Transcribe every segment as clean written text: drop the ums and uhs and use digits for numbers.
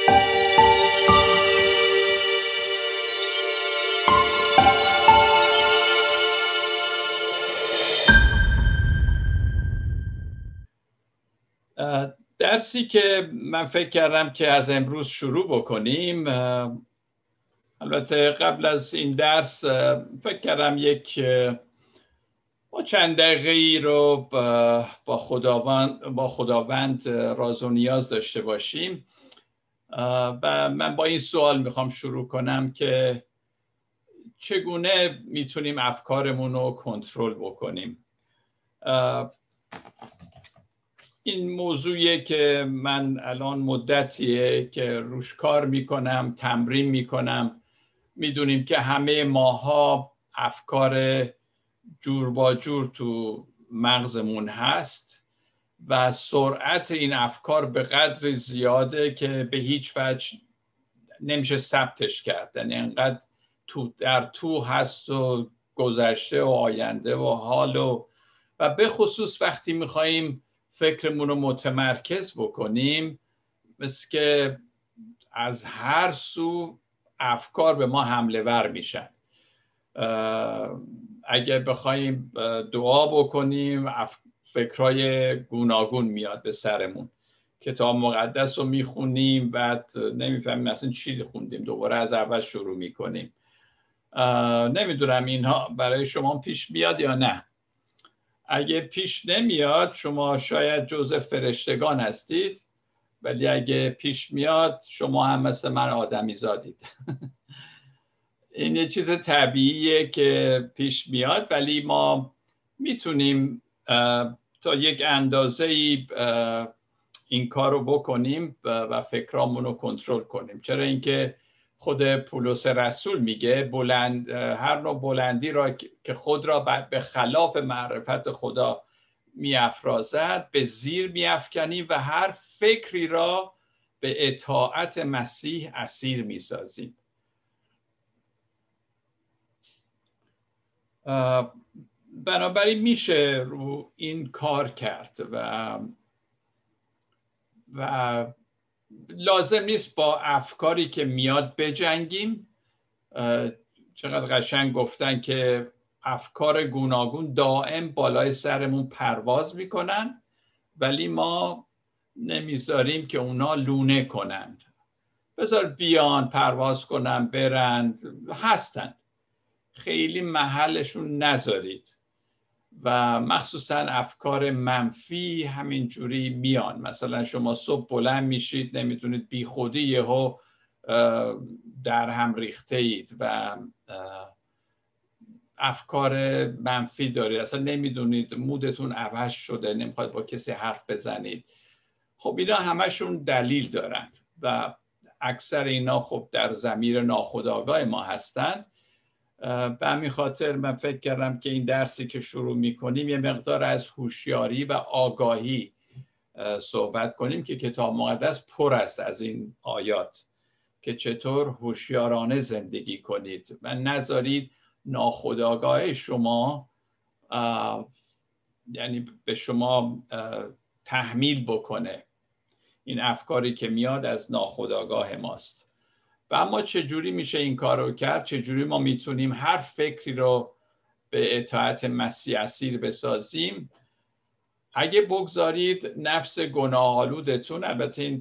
درسی که من فکر کردم که از امروز شروع بکنیم، البته قبل از این درس فکر کردم با چند دقیقه‌ای رو با خداوند راز و نیاز داشته باشیم و من با این سوال میخوام شروع کنم که چگونه میتونیم افکارمون رو کنترل بکنیم. این موضوعیه که من الان مدتیه که روش کار میکنم، تمرین میکنم. میدونیم که همه ماها افکار جور با جور تو مغزمون هست و سرعت این افکار به قدر زیاده که به هیچ وجه نمیشه ثبتش کرد. یعنی انقدر در تو هست و گذشته و آینده و حال و به خصوص وقتی میخواییم فکرمون رو متمرکز بکنیم، مثل که از هر سو افکار به ما حمله ور میشن. اگه بخوایم دعا بکنیم فکرهای گوناگون میاد به سرمون. کتاب مقدس رو میخونیم بعد نمیفهمیم اصلا چی خوندیم، دوباره از اول شروع میکنیم. نمیدونم اینها برای شما پیش میاد یا نه. اگه پیش نمیاد شما شاید جزء فرشتگان هستید، ولی اگه پیش میاد شما هم مثل من آدمی زادید. این یه چیز طبیعیه که پیش میاد، ولی ما میتونیم تا یک اندازه‌ای این کار رو بکنیم و فکرامون رو کنترل کنیم. چرا اینکه خود پولس رسول میگه هر نوع بلندی را که خود را به خلاف معرفت خدا میافرازد به زیر میافکنیم و هر فکری را به اطاعت مسیح اسیر میسازیم. بنابراین میشه رو این کار کرد و لازم نیست با افکاری که میاد بجنگیم. چقدر قشنگ گفتن که افکار گوناگون دائم بالای سرمون پرواز میکنن، ولی ما نمیذاریم که اونا لونه کنن. بذار بیان، پرواز کنن، برن، هستن، خیلی محلشون نذارید. و مخصوصا افکار منفی همینجوری میان. مثلا شما صبح بلند میشید نمیدونید بی خودی یهو در هم ریخته اید و افکار منفی دارید، اصلا نمیدونید، مودتون عوض شده، نمیخواید با کسی حرف بزنید. خب اینا همشون دلیل دارن و اکثر اینا خب در ضمیر ناخودآگاه ما هستن. به همین خاطر من فکر کردم که این درسی که شروع میکنیم یه مقدار از هوشیاری و آگاهی صحبت کنیم که کتاب مقدس پر است از این آیات که چطور هوشیارانه زندگی کنید و نذارید ناخودآگاه شما یعنی به شما تحمیل بکنه. این افکاری که میاد از ناخودآگاه ماست. و اما چجوری میشه این کار رو کرد؟ چجوری ما میتونیم هر فکری رو به اطاعت مسیح اسیر بسازیم؟ اگه بگذارید نفس گناه‌آلودتون، البته این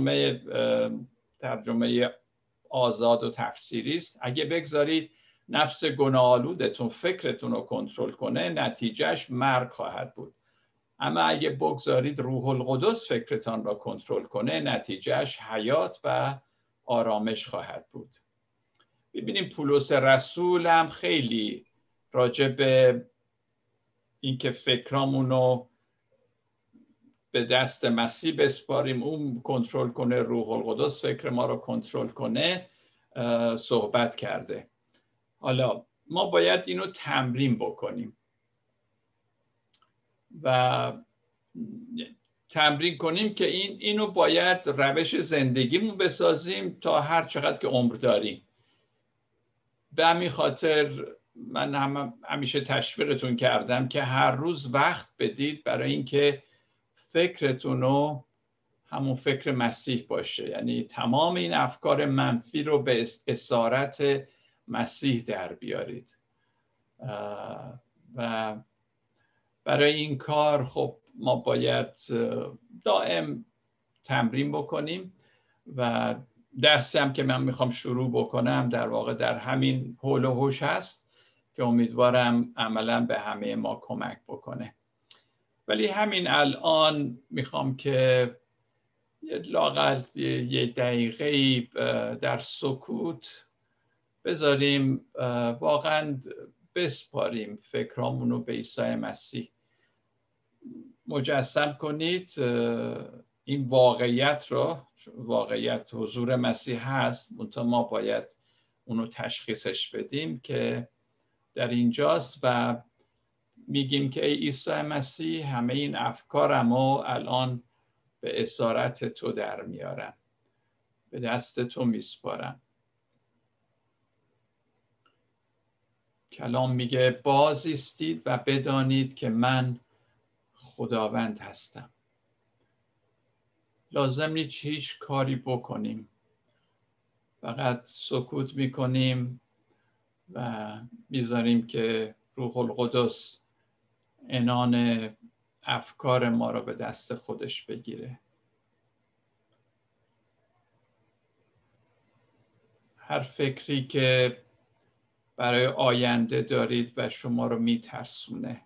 ترجمه آزاد و تفسیری است، اگه بگذارید نفس گناه‌آلودتون فکرتون رو کنترل کنه، نتیجهش مرگ خواهد بود. اما اگه بگذارید روح القدس فکرتان را کنترل کنه، نتیجهش حیات و آرامش خواهد بود. ببینیم پولس رسول هم خیلی راجع به اینکه فکرامون رو به دست مسیح بسپاریم، اون کنترل کنه، روح القدس فکر ما رو کنترل کنه، صحبت کرده. حالا ما باید اینو تمرین بکنیم و تمرین کنیم که اینو باید روش زندگیمون بسازیم تا هر چقدر که عمر داریم. به همین خاطر من همیشه تشویقتون کردم که هر روز وقت بدید برای اینکه فکرتون رو همون فکر مسیح باشه، یعنی تمام این افکار منفی رو به اسارت مسیح در بیارید. و برای این کار خب ما باید دائم تمرین بکنیم و درسی هم که من میخوام شروع بکنم در واقع در همین حول و حوش هست که امیدوارم عملا به همه ما کمک بکنه. ولی همین الان میخوام که لااقل یه دقیقه در سکوت بذاریم، واقعا بسپاریم فکرامون رو به عیسی مسیح. مجسم کنید این واقعیت رو، واقعیت حضور مسیح هست، منتها ما باید اونو تشخیصش بدیم که در اینجاست و میگیم که ای عیسی مسیح، همه این افکارمو الان به اسارت تو در میارم، به دست تو میسپارم. کلام میگه باز ایستید و بدانید که من خداوند هستم. لازم نیست هیچ کاری بکنیم، فقط سکوت میکنیم و میذاریم که روح القدس عنان افکار ما رو به دست خودش بگیره. هر فکری که برای آینده دارید و شما رو میترسونه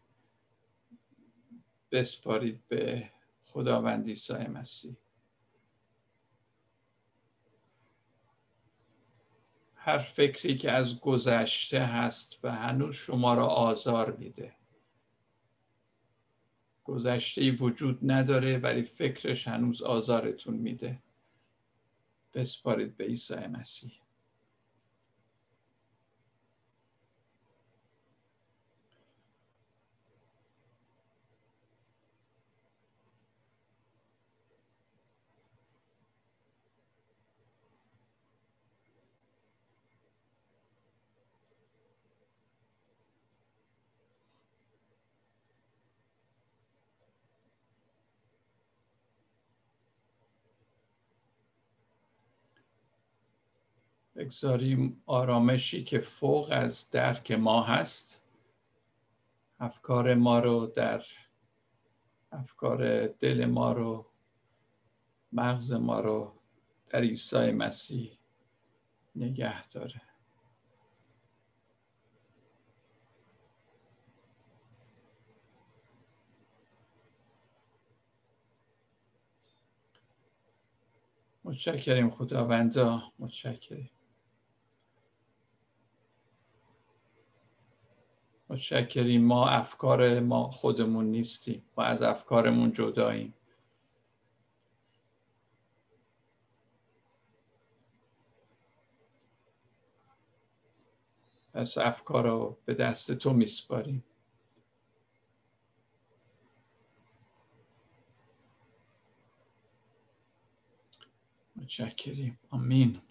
بسپارید به خداوند عیسی مسیح. هر فکری که از گذشته هست و هنوز شما را آزار میده، گذشته‌ای وجود نداره ولی فکرش هنوز آزارتون میده، بسپارید به عیسی مسیح. بگذاریم آرامشی که فوق از درک ما هست افکار ما رو، در افکار دل ما رو، مغز ما رو در عیسی مسیح نگه داره. متشکریم خداوندا، متشکریم. متشکریم، ما افکار ما خودمون نیستیم، ما از افکارمون جداییم. پس افکار رو به دست تو میسپاریم. متشکریم. آمین.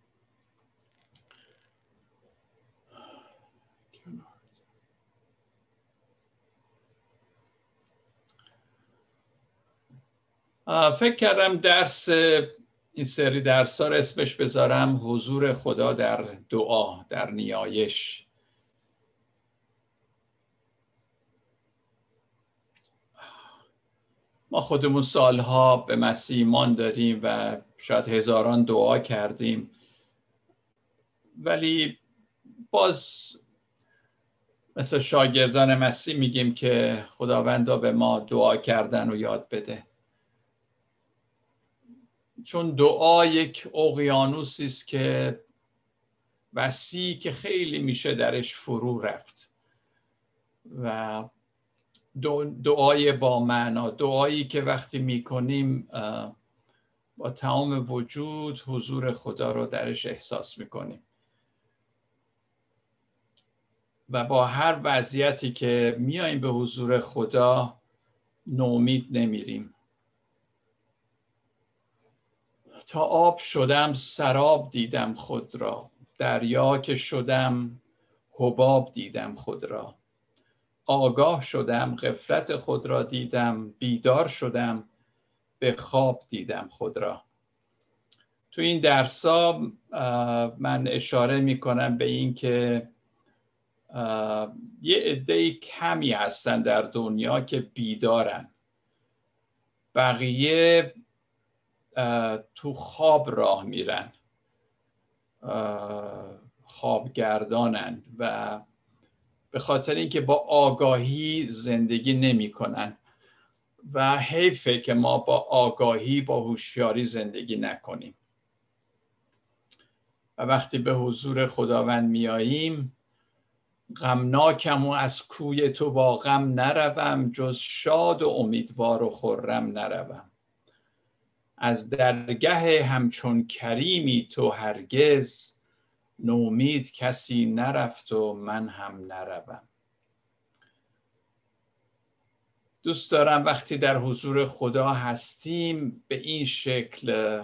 فکر کردم درس این سری درس‌ها رو اسمش بذارم حضور خدا در دعا، در نیایش. ما خودمون سالها به مسیح ایمان داریم و شاید هزاران دعا کردیم، ولی باز مثل شاگردان مسیح میگیم که خداوندا به ما دعا کردن و یاد بده. چون دعا یک اقیانوسی است که وسیع، که خیلی میشه درش فرو رفت، و دعای با معنا، دعایی که وقتی میکنیم با تمام وجود حضور خدا رو درش احساس میکنیم و با هر وضعیتی که میاییم به حضور خدا نومید نمیریم. تا آب شدم سراب دیدم خود را، دریا که شدم حباب دیدم خود را. آگاه شدم غفلت خود را دیدم، بیدار شدم به خواب دیدم خود را. تو این درس‌ها من اشاره میکنم به این که یه عده کمی هستن در دنیا که بیدارن، بقیه تو خواب راه میرن، خوابگردانن و به خاطر اینکه با آگاهی زندگی نمی کنن و حیفه که ما با آگاهی با هوشیاری زندگی نکنیم. و وقتی به حضور خداوند میاییم، غمناکم و از کوی تو با غم نروم، جز شاد و امیدوار و خرم نروم. از درگه همچون کریمی تو هرگز، نومید کسی نرفت و من هم نروم. دوست دارم وقتی در حضور خدا هستیم به این شکل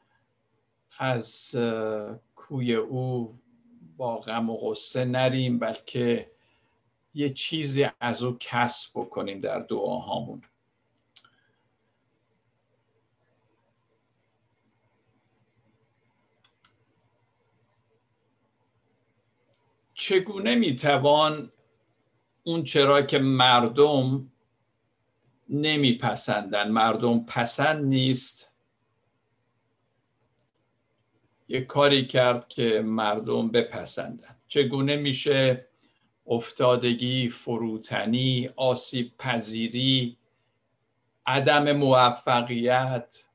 از کوی او با غم و غصه نریم، بلکه یه چیزی از او کسب بکنیم در دعاهامون. چگونه میتوان اون چرا که مردم نمیپسندن، مردم پسند نیست، یه کاری کرد که مردم بپسندن؟ چگونه میشه افتادگی، فروتنی، آسیب پذیری، عدم موفقیت،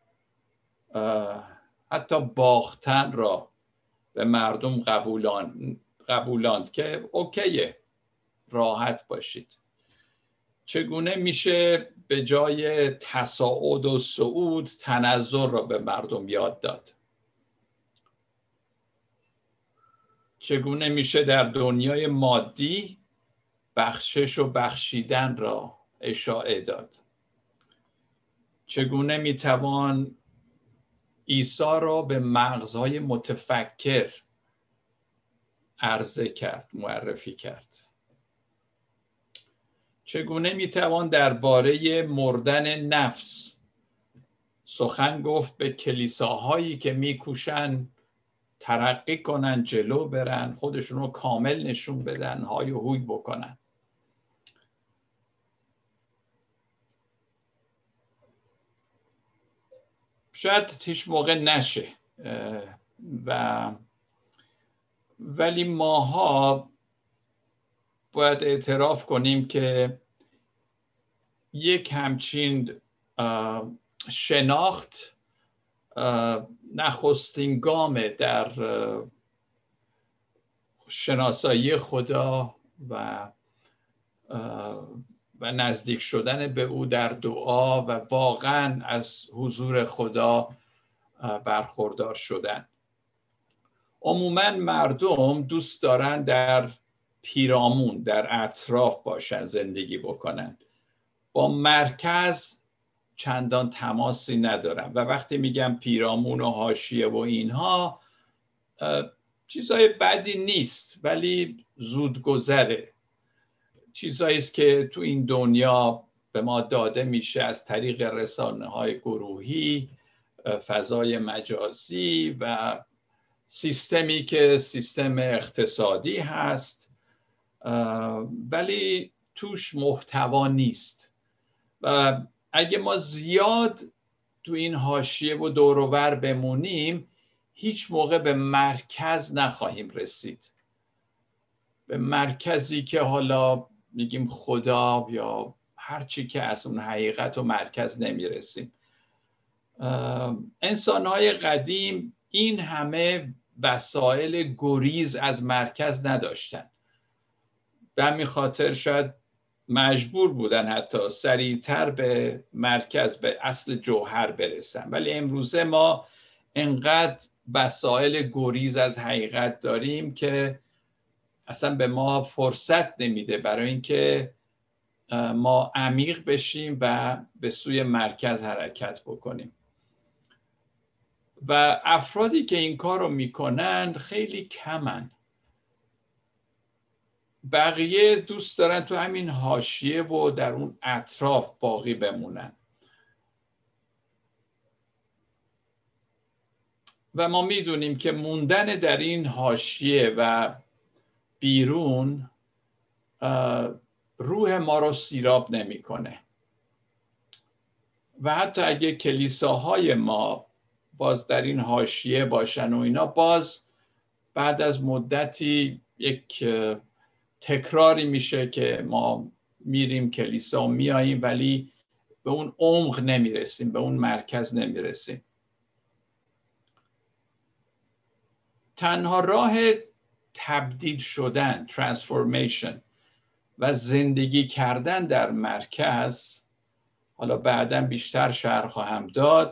حتی باختن را به مردم قبولاند که اوکیه، راحت باشید؟ چگونه میشه به جای تصاعد و صعود تنزل را به مردم یاد داد؟ چگونه میشه در دنیای مادی بخشش و بخشیدن را اشاعه داد؟ چگونه میتوان عیسی را به مغزهای متفکر عرضه کرد، معرفی کرد؟ چگونه میتوان درباره مردن نفس سخن گفت به کلیساهایی که میکوشن ترقی کنن، جلو برن، خودشون رو کامل نشون بدن، های و هوی بکنن؟ شاید هیچ موقع نشه، ولی ماها باید اعتراف کنیم که یک همچین شناخت نخستین گامه در شناسایی خدا و نزدیک شدن به او در دعا و واقعا از حضور خدا برخوردار شدن. عموما مردم دوست دارن در پیرامون، در اطراف باشن، زندگی بکنن، با مرکز چندان تماسی ندارن. و وقتی میگم پیرامون و حاشیه و اینها، چیزای بدی نیست، ولی زود گذره. چیزایی است که تو این دنیا به ما داده میشه از طریق رسانه‌های گروهی، فضای مجازی و سیستمی که سیستم اقتصادی هست، ولی توش محتوا نیست. و اگه ما زیاد تو این حاشیه و دور و بر بمونیم، هیچ موقع به مرکز نخواهیم رسید، به مرکزی که حالا میگیم خدا یا هر چی که از اون حقیقت و مرکز نمیرسیم. انسان‌های قدیم این همه وسایل گریز از مرکز نداشتن، به همین خاطر شاید مجبور بودن حتی سریعتر به مرکز، به اصل جوهر برسن. ولی امروزه ما انقدر وسایل گریز از حقیقت داریم که اصلا به ما فرصت نمیده برای اینکه ما عمیق بشیم و به سوی مرکز حرکت بکنیم. و افرادی که این کار رو میکنن خیلی کمن. بقیه دوست دارن تو همین حاشیه و در اون اطراف باقی بمونن. و ما میدونیم که موندن در این حاشیه و بیرون روح ما رو سیراب نمیکنه. و حتی اگه کلیساهای ما باز در این حاشیه باشن و اینا، باز بعد از مدتی یک تکراری میشه که ما میریم کلیسا و میاییم ولی به اون عمق نمیرسیم، به اون مرکز نمیرسیم. تنها راه تبدیل شدن، ترانسفورمیشن و زندگی کردن در مرکز، حالا بعداً بیشتر شرح خواهم داد،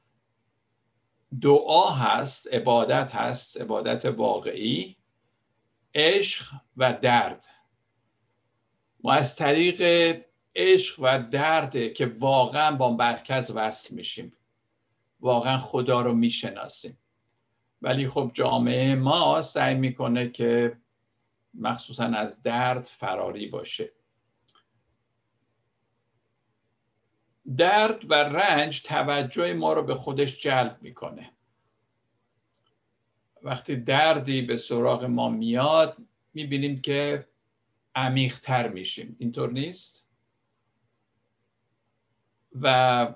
دعا هست، عبادت هست، عبادت واقعی، عشق و درد. ما از طریق عشق و درد که واقعا با مرکز وصل میشیم، واقعا خدا رو میشناسیم. ولی خب جامعه ما سعی میکنه که مخصوصا از درد فراری باشه. درد و رنج توجه ما رو به خودش جلب میکنه. وقتی دردی به سراغ ما میاد میبینیم که عمیق‌تر میشیم. اینطور نیست؟ و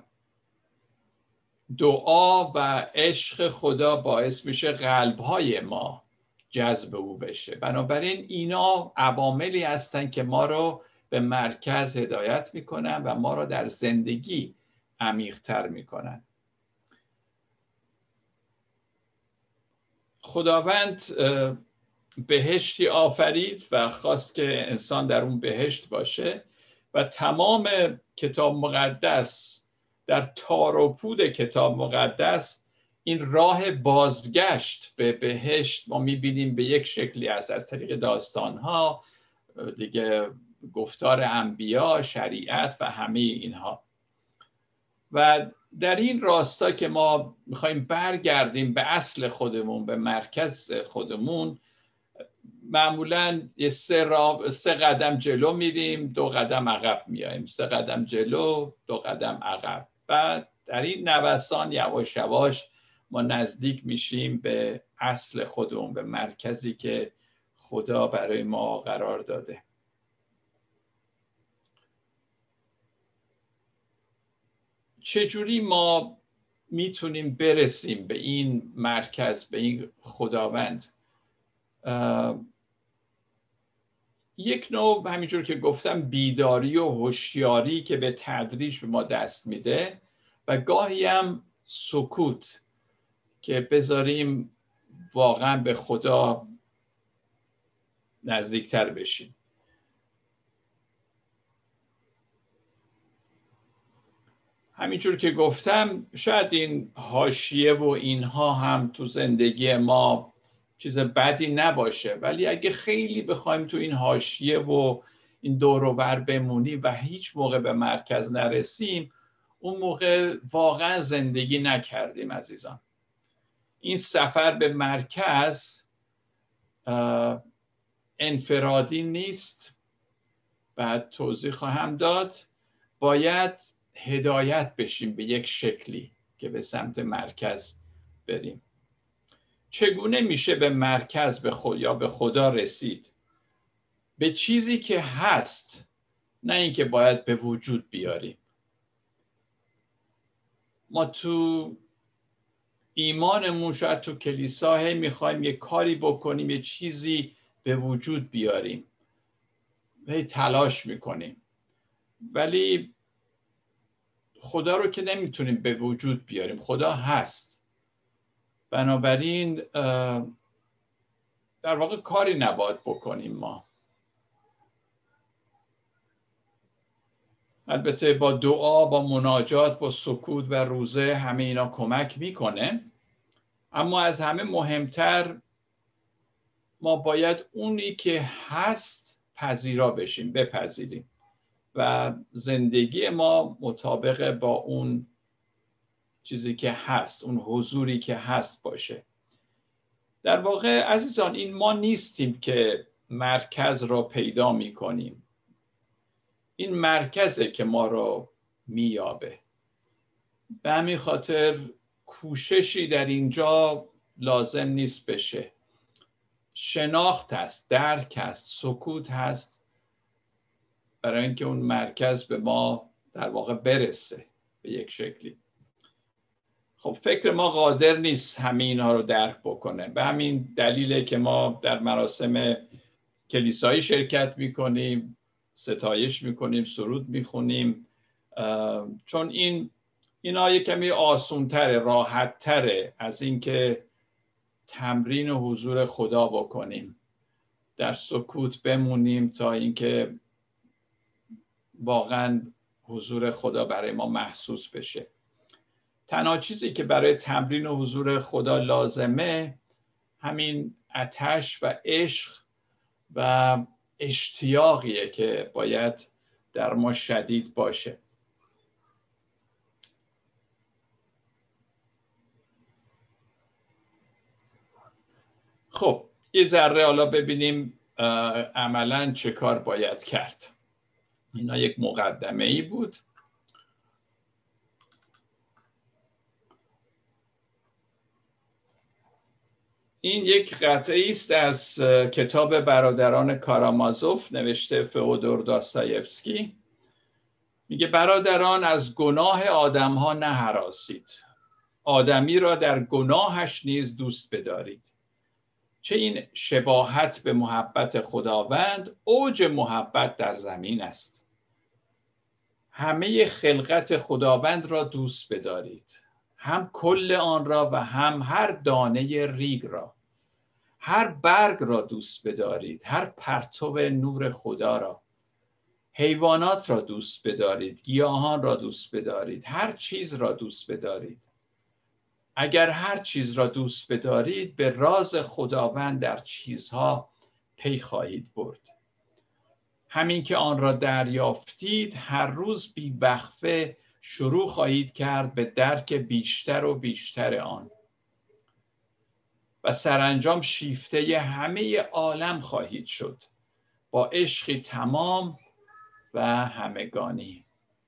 دعا و عشق خدا باعث میشه قلب‌های ما جذب او بشه. بنابراین اینا عواملی هستن که ما رو به مرکز هدایت میکنن و ما رو در زندگی عمیق‌تر میکنن. خداوند بهشتی آفرید و خواست که انسان در اون بهشت باشه و تمام کتاب مقدس، در تار و پود کتاب مقدس، این راه بازگشت به بهشت ما میبینیم به یک شکلی است، از طریق داستانها دیگه، گفتار انبیا، شریعت و همه اینها. و در این راستا که ما میخوایم برگردیم به اصل خودمون، به مرکز خودمون، معمولاً سه قدم جلو میریم، 2 قدم عقب میاییم، 3 قدم جلو، 2 قدم عقب. بعد در این نوسان یواش یواش ما نزدیک میشیم به اصل خودمون، به مرکزی که خدا برای ما قرار داده. چجوری ما میتونیم برسیم به این مرکز، به این خداوند؟ یک نوع، همینجور که گفتم، بیداری و هوشیاری که به تدریج به ما دست میده و گاهی هم سکوت که بذاریم واقعا به خدا نزدیکتر بشیم. همینجور که گفتم شاید این حاشیه و اینها هم تو زندگی ما چیز بدی نباشه، ولی اگه خیلی بخوایم تو این حاشیه و این دور و بر بمونیم و هیچ موقع به مرکز نرسیم، اون موقع واقعا زندگی نکردیم عزیزان. این سفر به مرکز انفرادی نیست، بعد توضیح خواهم داد. باید هدایت بشیم به یک شکلی که به سمت مرکز بریم. چگونه میشه به مرکز یا به خدا رسید؟ به چیزی که هست، نه اینکه باید به وجود بیاریم. ما تو ایمانمون شاید تو کلیسا میخوایم یه کاری بکنیم، یه چیزی به وجود بیاریم، هی تلاش میکنیم، ولی خدا رو که نمیتونیم به وجود بیاریم. خدا هست. بنابراین در واقع کاری نباید بکنیم ما. البته با دعا، با مناجات، با سکوت و روزه همه اینا کمک میکنه، اما از همه مهمتر ما باید اونی که هست پذیرا بشیم، بپذیریم و زندگی ما مطابق با اون چیزی که هست، اون حضوری که هست باشه. در واقع عزیزان، این ما نیستیم که مرکز را پیدا میکنیم، این مرکزه که ما رو میابه. به همین خاطر کوششی در اینجا لازم نیست بشه. شناخت هست، درک هست، سکوت هست برای اینکه اون مرکز به ما در واقع برسه به یک شکلی. خب فکر ما قادر نیست همه اینها رو درک بکنه. به همین دلیله که ما در مراسم کلیسایی شرکت میکنیم، ستایش میکنیم، سرود میخونیم، چون اینا یک کمی آسونتره، راحتتره از اینکه تمرین حضور خدا بکنیم، در سکوت بمونیم تا اینکه واقعا حضور خدا برای ما محسوس بشه. تنها چیزی که برای تمرین حضور خدا لازمه همین آتش و عشق و اشتیاقیه که باید در ما شدید باشه. خب یه ذره حالا ببینیم عملاً چه کار باید کرد. اینا یک مقدمه ای بود. این یک قطعه است از کتاب برادران کارامازوف نوشته فئودور داستایفسکی. میگه برادران از گناه آدم‌ها نهراسید، آدمی را در گناهش نیز دوست بدارید. چه این شباهت به محبت خداوند اوج محبت در زمین است. همه خلقت خداوند را دوست بدارید، هم کل آن را و هم هر دانه ریگ را. هر برگ را دوست بدارید، هر پرتو نور خدا را. حیوانات را دوست بدارید، گیاهان را دوست بدارید، هر چیز را دوست بدارید. اگر هر چیز را دوست بدارید به راز خداوند در چیزها پی خواهید برد. همین که آن را دریافتید هر روز بی‌وقفه شروع خواهید کرد به درک بیشتر و بیشتر آن و سرانجام شیفته همه عالم خواهید شد با عشقی تمام و همگانی.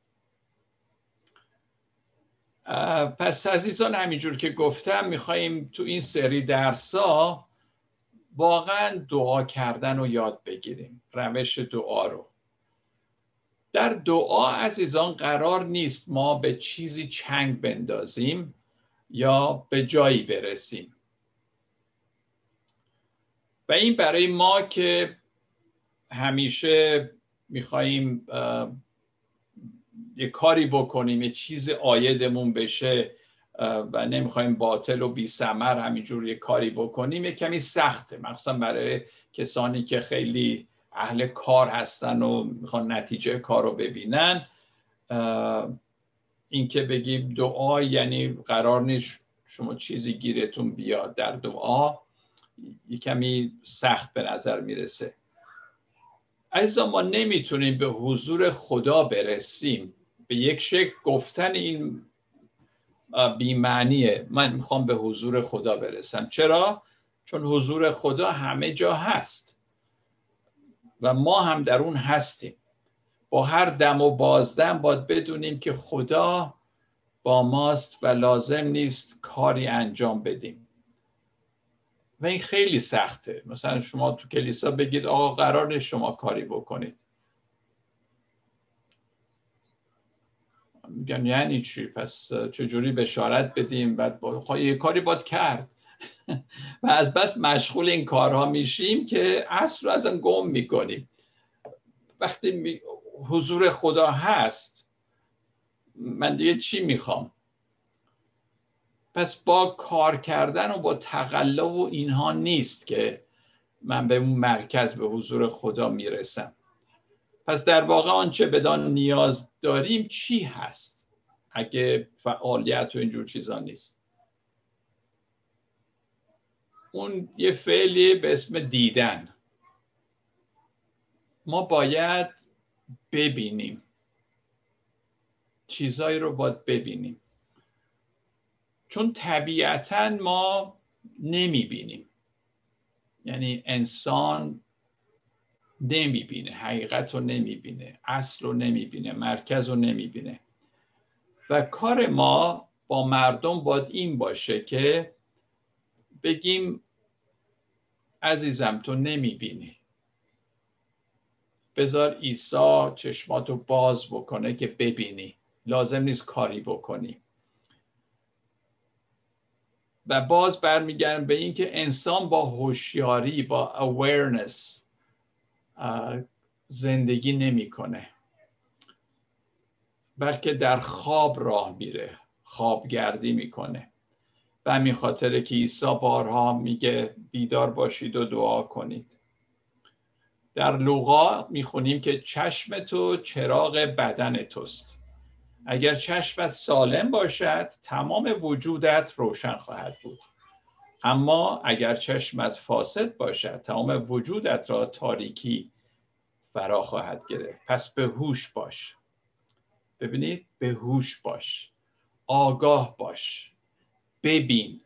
پس عزیزان همینجور که گفتم میخواییم تو این سری درس‌ها واقعا دعا کردن رو یاد بگیریم، روش دعا رو. در دعا عزیزان قرار نیست ما به چیزی چنگ بندازیم یا به جایی برسیم و این برای ما که همیشه میخواییم یه کاری بکنیم، یه چیز عایدمون بشه و نمیخوایم باطل و بی ثمر همینجور یه کاری بکنیم، یه کمی سخته، مخصوصا برای کسانی که خیلی اهل کار هستن و میخوان نتیجه کار رو ببینن. این که بگیم دعا یعنی قرار نیست شما چیزی گیرتون بیاد، در دعا یه کمی سخت به نظر میرسه. عزیزان ما نمیتونیم به حضور خدا برسیم. به یک شکل گفتن این بی‌معنیه. من میخوام به حضور خدا برسم. چرا؟ چون حضور خدا همه جا هست و ما هم در اون هستیم. با هر دم و بازدم باید بدونیم که خدا با ماست و لازم نیست کاری انجام بدیم و این خیلی سخته. مثلا شما تو کلیسا بگید آقا قرار نیست شما کاری بکنید، میگن یعنی چی؟ پس چجوری بشارت بدیم؟ بعد یه کاری باید کرد و از بس مشغول این کارها میشیم که اصل رو ازن گم میکنیم. وقتی حضور خدا هست من دیگه چی میخوام؟ پس با کار کردن و با تقلا و اینها نیست که من به اون مرکز، به حضور خدا میرسم. پس در واقع آنچه بدان نیاز داریم چی هست اگه فعالیت و اینجور چیزا نیست؟ اون یه فعلی به اسم دیدن. ما باید ببینیم، چیزایی رو باید ببینیم، چون طبیعتاً ما نمیبینیم. یعنی انسان نمیبینه، حقیقت رو نمیبینه، اصل رو نمیبینه، مرکز رو نمیبینه و کار ما با مردم باید این باشه که بگیم عزیزم تو نمیبینی، بذار عیسی چشماتو باز بکنه که ببینی، لازم نیست کاری بکنی. و باز برمیگردم به این که انسان با هوشیاری، با awareness زندگی نمیکنه، بلکه در خواب راه میره، خوابگردی میکنه. و همین خاطره که عیسی بارها میگه بیدار باشید و دعا کنید. در لوقا میخونیم که چشم تو چراغ بدن توست. اگر چشمت سالم باشد تمام وجودت روشن خواهد بود، اما اگر چشمت فاسد باشد تمام وجودت را تاریکی فرا خواهد گرفت. پس به هوش باش. ببینید، به هوش باش، آگاه باش، ببین.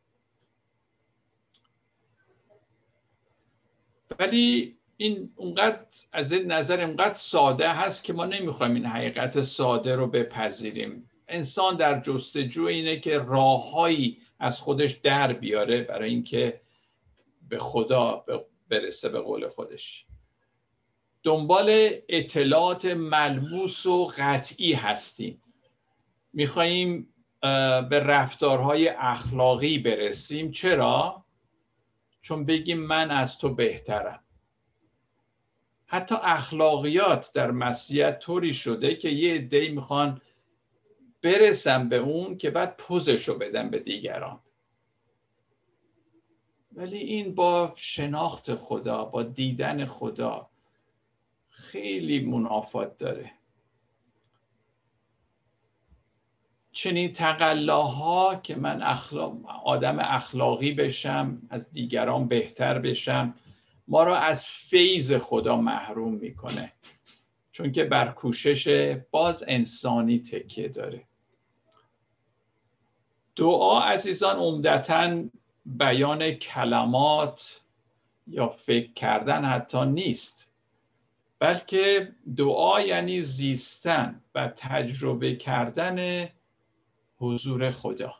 ولی این اونقدر از این نظر اونقدر ساده هست که ما نمیخوایم این حقیقت ساده رو بپذیریم. انسان در جستجو اینه که راههایی از خودش در بیاره برای اینکه به خدا برسه. به قول خودش دنبال اطلاعات ملموس و قطعی هستیم. میخواییم به رفتارهای اخلاقی برسیم. چرا؟ چون بگیم من از تو بهترم. حتی اخلاقیات در مسیحیت طوری شده که یه عده‌ای میخوان برسن به اون که بعد پوزشو بدن به دیگران. ولی این با شناخت خدا، با دیدن خدا خیلی منافات داره. چنین تقلاها که من آدم اخلاقی بشم، از دیگران بهتر بشم، ما را از فیض خدا محروم میکنه، چون که بر کوشش باز انسانی تکیه داره. دعا عزیزان عمدتاً بیان کلمات یا فکر کردن حتی نیست، بلکه دعا یعنی زیستن و تجربه کردن حضور خدا.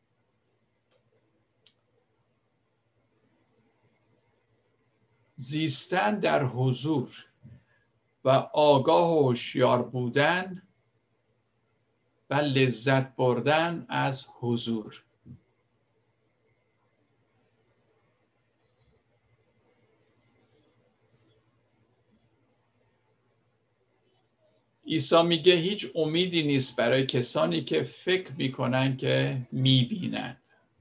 زیستن در حضور و آگاه و هوشیار بودن و لذت بردن از حضور. عیسی میگه هیچ امیدی نیست برای کسانی که فکر میکنن که میبینند.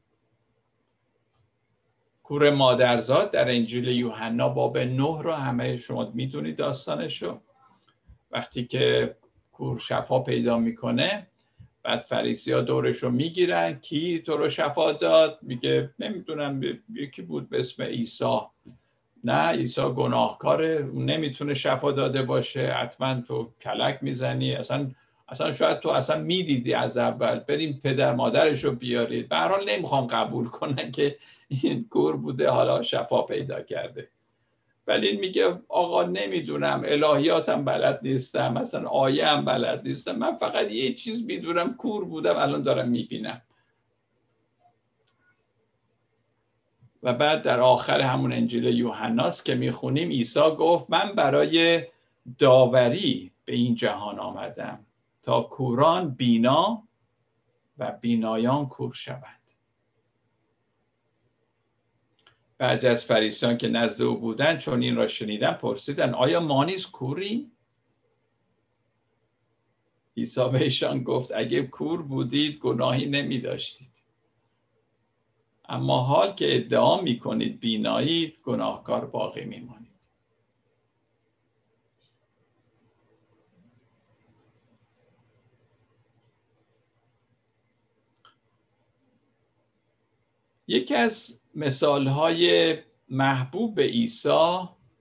کور مادرزاد در انجیل یوحنا باب 9 رو همه شما میدونید داستانشو. وقتی که کور شفا پیدا میکنه، بعد فریسی‌ها دورش رو میگیرن، کی تو رو شفا داد؟ میگه نمیدونم، یکی بود به اسم عیسی. نه، عیسی گناهکاره، اون نمیتونه شفا داده باشه، حتما تو کلک میزنی، اصلا شاید تو اصلا میدیدی از اول، بریم پدر مادرش رو بیارید. به هر حال نمیخوام قبول کنن که این کور بوده حالا شفا پیدا کرده. ولی این میگه آقا نمیدونم، الهیاتم بلد نیستم، مثلا آیه هم بلد نیستم، من فقط یه چیز میدونم، کور بودم الان دارم میبینم. و بعد در آخر همون انجیل یوحناست که میخونیم عیسی گفت من برای داوری به این جهان آمدم تا کوران بینا و بینایان کور شوند. بعضی از فریسیان که نزد او بودند چون این را شنیدن پرسیدند آیا ما نیز کوریم؟ عیسی بهشان گفت اگه کور بودید گناهی نمی داشتید، اما حال که ادعا می کنید بینایید گناهکار باقی می مانید. یکی از مثالهای محبوب عیسی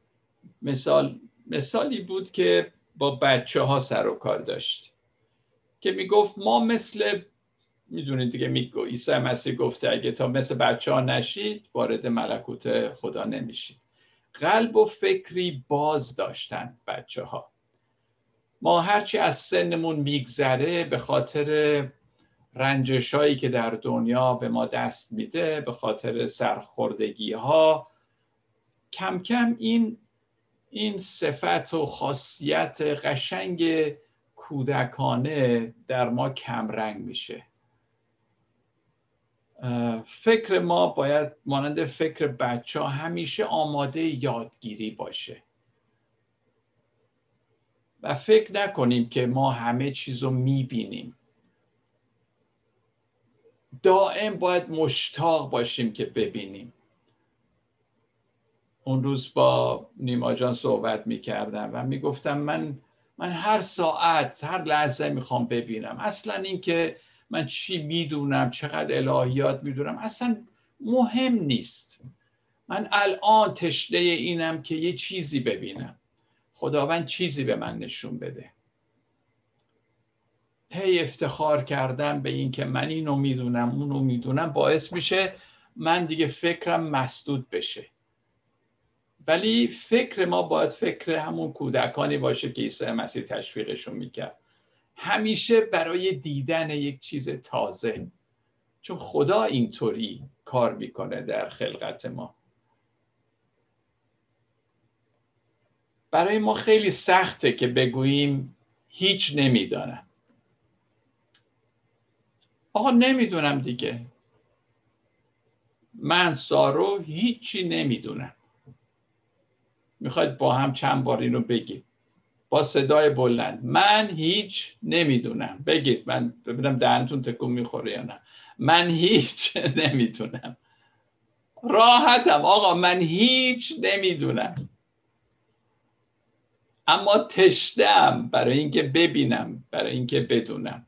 مثالی بود که با بچه ها سر و کار داشت، که می گفت ما مثل، میدونید دیگه، عیسی مسیح گفته اگه تا مثل بچه ها نشید وارد ملکوت خدا نمیشید. قلب و فکری باز داشتن بچه ها. ما هرچی از سنمون میگذره به خاطر رنجش‌هایی که در دنیا به ما دست میده به خاطر سرخوردگی‌ها، کم کم این صفت و خاصیت قشنگ کودکانه در ما کم رنگ میشه. فکر ما باید مانند فکر بچه‌ها همیشه آماده یادگیری باشه و فکر نکنیم که ما همه چیز رو میبینیم. دائم باید مشتاق باشیم که ببینیم. اون روز با نیما جان صحبت میکردم و میگفتم من هر ساعت هر لحظه میخوام ببینم. اصلا این که من چی میدونم، چقدر الهیات میدونم اصلا مهم نیست. من الان تشنه اینم که یه چیزی ببینم، خداوند چیزی به من نشون بده. هی افتخار کردن به این که من اینو میدونم اونو میدونم باعث میشه من دیگه فکرم مسدود بشه. ولی فکر ما باید فکر همون کودکانی باشه که عیسی مسیح تشویقشون میکرد، همیشه برای دیدن یک چیز تازه، چون خدا اینطوری کار میکنه در خلقت ما. برای ما خیلی سخته که بگوییم هیچ نمیدانم. آقا نمیدونم دیگه، من سارو هیچی نمیدونم. میخواید با هم چند بار اینو بگیم با صدای بلند؟ من هیچ نمیدونم. بگید، من ببینم دهنتون تکون میخوره یا نه. من هیچ نمیدونم. راحتم آقا، من هیچ نمیدونم، اما تشنه‌ام برای اینکه ببینم، برای اینکه بدونم.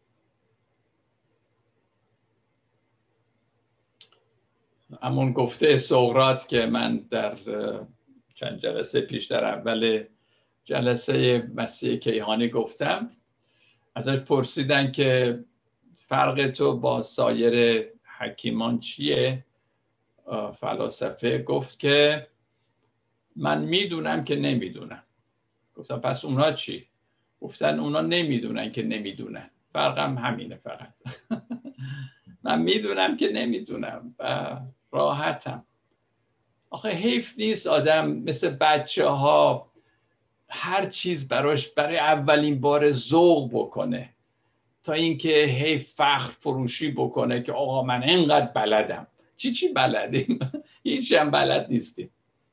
همون گفته سقراط که من در چند جلسه پیش در اول جلسه مسیح کیهانی گفتم، ازش پرسیدن که فرق تو با سایر حکیمان چیه، فلاسفه، گفت که من میدونم که نمیدونم. گفتم پس اونا چی؟ گفتن اونا نمیدونن که نمیدونن. فرقم همینه فقط. من میدونم که نمیدونم و راحتم. آخه حیف نیست آدم مثل بچه ها هر چیز براش برای اولین بار ذوق بکنه تا اینکه حیف فخر فروشی بکنه که آقا من اینقدر بلدم. چی بلدیم؟ هیچ هم بلد نیستیم.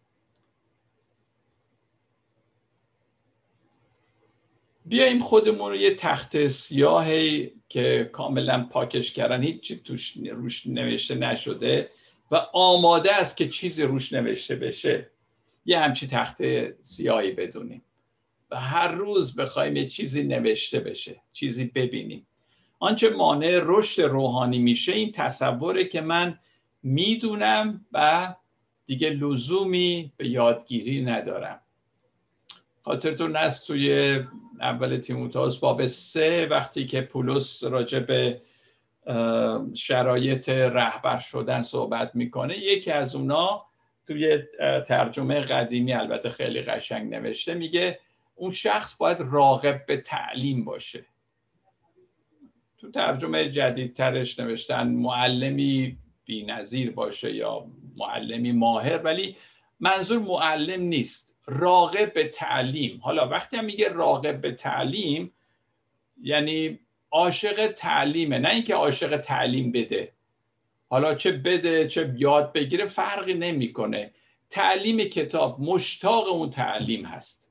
بیاییم خودمون رو یه تخت سیاهی که کاملا پاکش کردن، هیچ توش روش نوشته نشده و آماده است که چیزی روش نوشته بشه، یه همچی تخت سیاهی بدونیم و هر روز بخوایم یه چیزی نوشته بشه، چیزی ببینیم. آنچه مانع رشد روحانی میشه این تصوره که من میدونم و دیگه لزومی به یادگیری ندارم. خاطرتون هست توی اول تیموتائوس باب 3 وقتی که پولس راجع به شرایط رهبر شدن صحبت میکنه، یکی از اونا توی ترجمه قدیمی البته خیلی قشنگ نوشته، میگه اون شخص باید راغب به تعلیم باشه. تو ترجمه جدیدترش نوشتن معلمی بی‌نظیر باشه یا معلمی ماهر، ولی منظور معلم نیست، راغب به تعلیم. حالا وقتی هم میگه راغب به تعلیم یعنی عاشق تعلیمه، نه اینکه عاشق تعلیم بده. حالا چه بده چه یاد بگیره فرقی نمیکنه. تعلیم کتاب، مشتاق اون تعلیم هست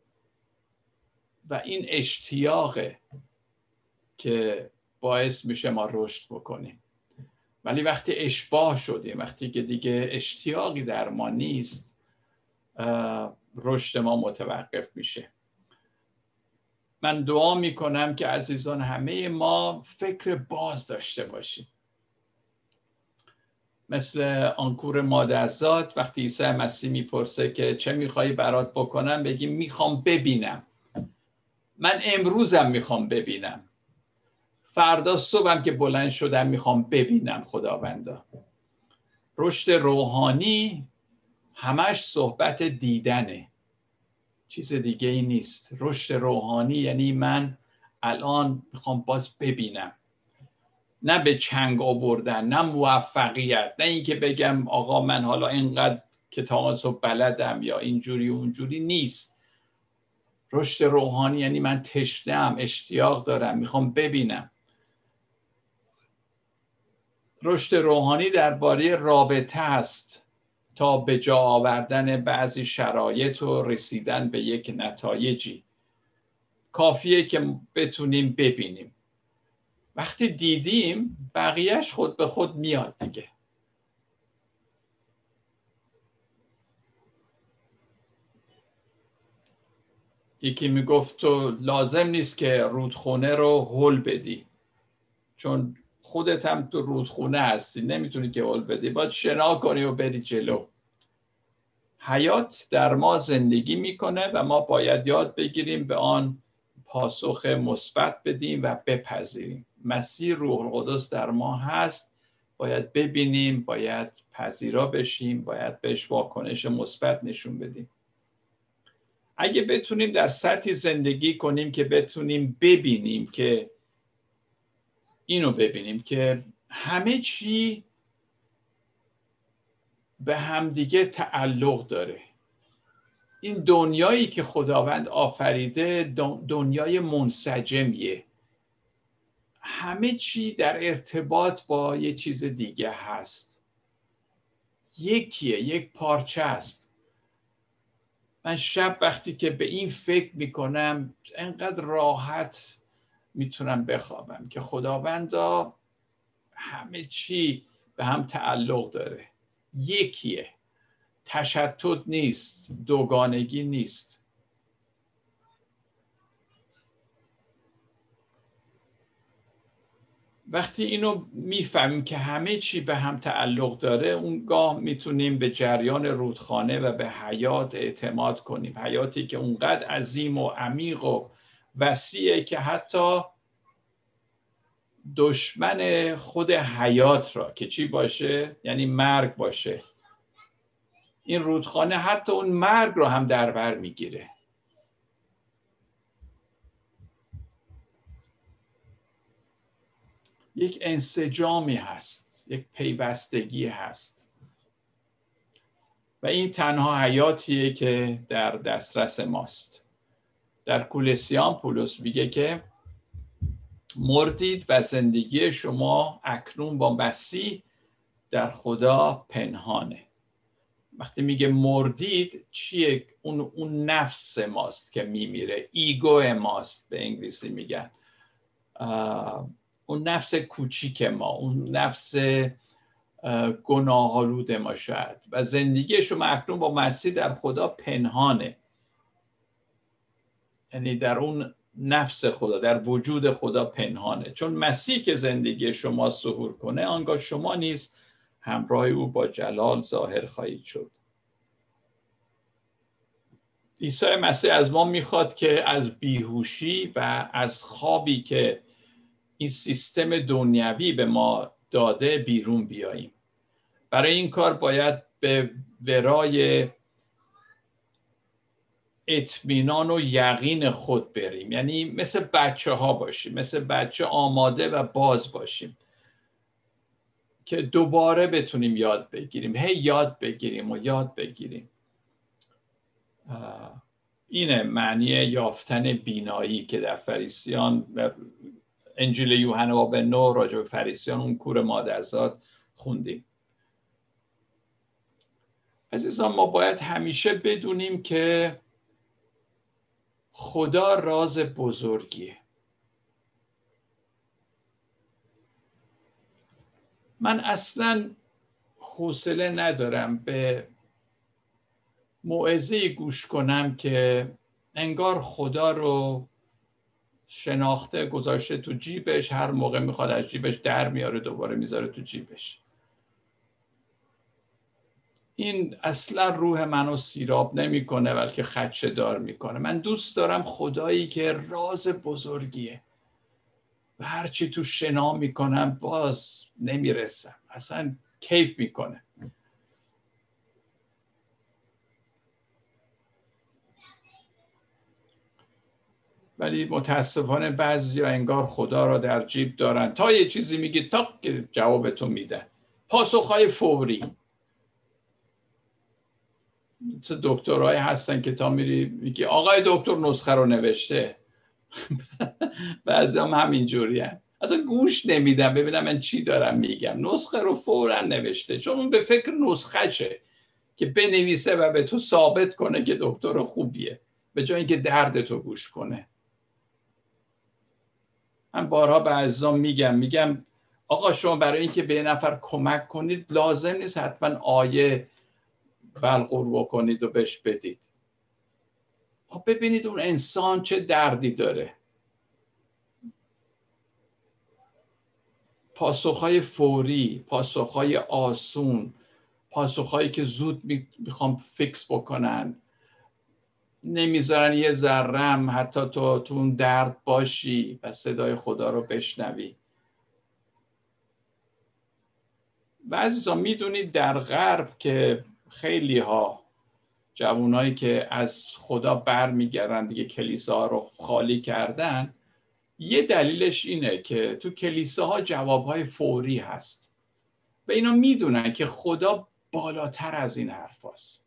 و این اشتیاقه که باعث میشه ما رشد بکنیم. ولی وقتی اشباع شدیم، وقتی که دیگه اشتیاقی در ما نیست، رشد ما متوقف میشه. من دعا میکنم که عزیزان همه ما فکر باز داشته باشیم، مثل آنکور مادرزاد. وقتی عیسی مسیح میپرسه که چه میخوایی برات بکنم، بگیم میخوام ببینم. من امروزم میخوام ببینم، فردا صبحم که بلند شدم میخوام ببینم خداوندا. رشد روحانی همش صحبت دیدنه، چیز دیگه ای نیست. رشد روحانی یعنی من الان میخوام باز ببینم. نه به چنگ آوردن، نه موفقیت، نه اینکه بگم آقا من حالا اینقدر کتابو بلدم یا اینجوری اونجوری نیست. رشد روحانی یعنی من تشنه‌ام، اشتیاق دارم، میخوام ببینم. رشد روحانی درباره رابطه است تا به جا آوردن بعضی شرایط و رسیدن به یک نتایجی. کافیه که بتونیم ببینیم. وقتی دیدیم بقیهش خود به خود میاد دیگه. یکی میگفت تو لازم نیست که رودخونه رو هل بدی، چون خودت هم تو رودخونه هستی، نمیتونی که هل بدی، باید شنا کنی و بری جلو. حیات در ما زندگی میکنه و ما باید یاد بگیریم به آن پاسخ مثبت بدیم و بپذیریم. مسیح روح القدس در ما هست، باید ببینیم، باید پذیرا بشیم، باید بهش واکنش مثبت نشون بدیم. اگه بتونیم در سطحی زندگی کنیم که بتونیم ببینیم که اینو ببینیم که همه چی به همدیگه تعلق داره. این دنیایی که خداوند آفریده دنیای منسجمیه، همه چی در ارتباط با یه چیز دیگه هست، یکیه، یک پارچه است. من شب وقتی که به این فکر میکنم انقدر راحت میتونم بخوابم که خداوندا همه چی به هم تعلق داره، یکیه، تشتت نیست، دوگانگی نیست. وقتی اینو میفهمیم که همه چی به هم تعلق داره، اونگاه میتونیم به جریان رودخانه و به حیات اعتماد کنیم. حیاتی که اونقدر عظیم و عمیق و وسیعه که حتی دشمن خود حیات را که چی باشه؟ یعنی مرگ باشه، این رودخانه حتی اون مرگ رو هم در بر میگیره. یک انسجامی هست، یک پیوستگی هست و این تنها حیاتیه که در دسترس ماست. در کولوسیان پولس میگه که مردید و زندگی شما اکنون با مسیح در خدا پنهانه. وقتی میگه مردید چیه؟ اون نفس ماست که میمیره، ایگو ماست به انگلیسی میگن، اون نفس کوچیک ما، اون نفس گناه‌آلود ما شاید، و زندگی شما اکنون با مسیح در خدا پنهانه، یعنی در اون نفس خدا، در وجود خدا پنهانه. چون مسیح که زندگی شما ظهور کنه، آنگاه شما نیز همراه او با جلال ظاهر خواهید شد. عیسی مسیح از ما میخواد که از بیهوشی و از خوابی که این سیستم دنیوی به ما داده بیرون بیاییم. برای این کار باید به ورای اطمینان و یقین خود بریم، یعنی مثل بچه ها باشیم، مثل بچه آماده و باز باشیم که دوباره بتونیم یاد بگیریم، یاد بگیریم و یاد بگیریم. اینه معنی یافتن بینایی که در فریسیان، انجیل یوحنا باب 9 راجع به فریسیان، اون کور مادرزاد خوندیم. عزیزان، ما باید همیشه بدونیم که خدا راز بزرگیه. من اصلا حوصله ندارم به موعظه گوش کنم که انگار خدا رو شناخته، گذاشته تو جیبش، هر موقع میخواد از جیبش در میاره دوباره میذاره تو جیبش. این اصلا روح منو سیراب نمیکنه، بلکه خدشه دار میکنه. من دوست دارم خدایی که راز بزرگیه و هرچی تو شنا میکنم باز نمیرسم، اصلا کیف میکنه. ولی متاسفانه بعضیا انگار خدا را در جیب دارن، تا یه چیزی میگی تا که جوابتو میدن. پاسخهای فوری. دکترای هستن که تا میگی آقای دکتر نسخه رو نوشته. بعضی هم همینجوری هست. اصلا گوش نمیدم ببینم من چی دارم میگم. نسخه رو فورا نوشته، چون اون به فکر نسخه شه که بنویسه و به تو ثابت کنه که دکتر خوبیه، به جای اینکه دردتو گوش کنه. من بارها به عزیزان میگم آقا شما برای اینکه به یه نفر کمک کنید لازم نیست حتما آیه بلغور بکنید و بهش بدید. خب ببینید اون انسان چه دردی داره. پاسخهای فوری، پاسخهای آسون، پاسخهایی که زود میخوام فیکس بکنن، نمیذارن یه ذرم حتی تو اون درد باشی و صدای خدا رو بشنوی. و عزیزا میدونید در غرب که خیلی ها جوانایی که از خدا بر میگردن دیگه کلیساها رو خالی کردن، یه دلیلش اینه که تو کلیساها جوابهای فوری هست و اینا میدونن که خدا بالاتر از این حرف هست.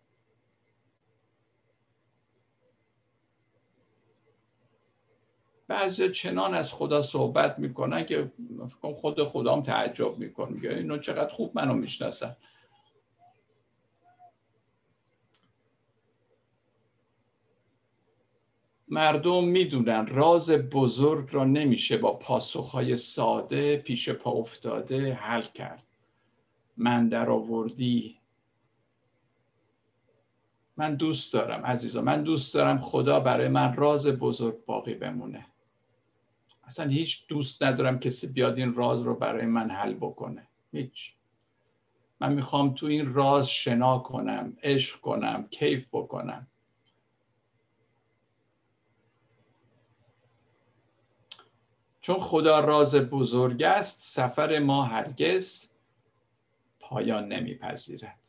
بعضی چنان از خدا صحبت میکنن که خود خدام تعجب میکنه، میگه اینو چقدر خوب منو میشناسن. مردم میدونن راز بزرگ را نمیشه با پاسخهای ساده پیش پا افتاده حل کرد. من در آوردی. من دوست دارم عزیزا، من دوست دارم خدا برای من راز بزرگ باقی بمونه. اصلا هیچ دوست ندارم کسی بیاد این راز رو برای من حل بکنه. هیچ. من میخوام تو این راز شنا کنم، عشق کنم، کیف بکنم. چون خدا راز بزرگ است، سفر ما هرگز پایان نمیپذیرد.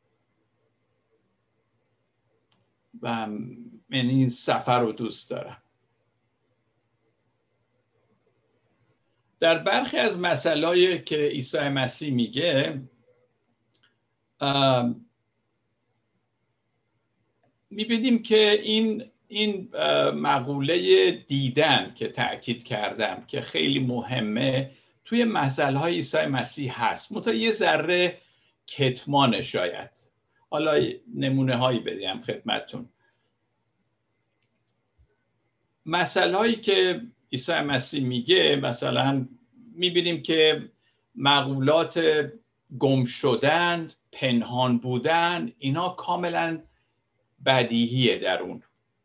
و من این سفر رو دوست دارم. در برخی از مسائلی که عیسی مسیح میگه میبینیم که این مقوله دیدن که تأکید کردم که خیلی مهمه توی مسائل‌های عیسی مسیح هست، منتها یه ذره کتمانه. شاید حالا نمونه هایی بدیم خدمتتون. مسائل‌هایی که عیسی مسیح میگه، مثلا میبینیم که مقولات گم شدن، پنهان بودن، اینا کاملا بدیهیه در اون.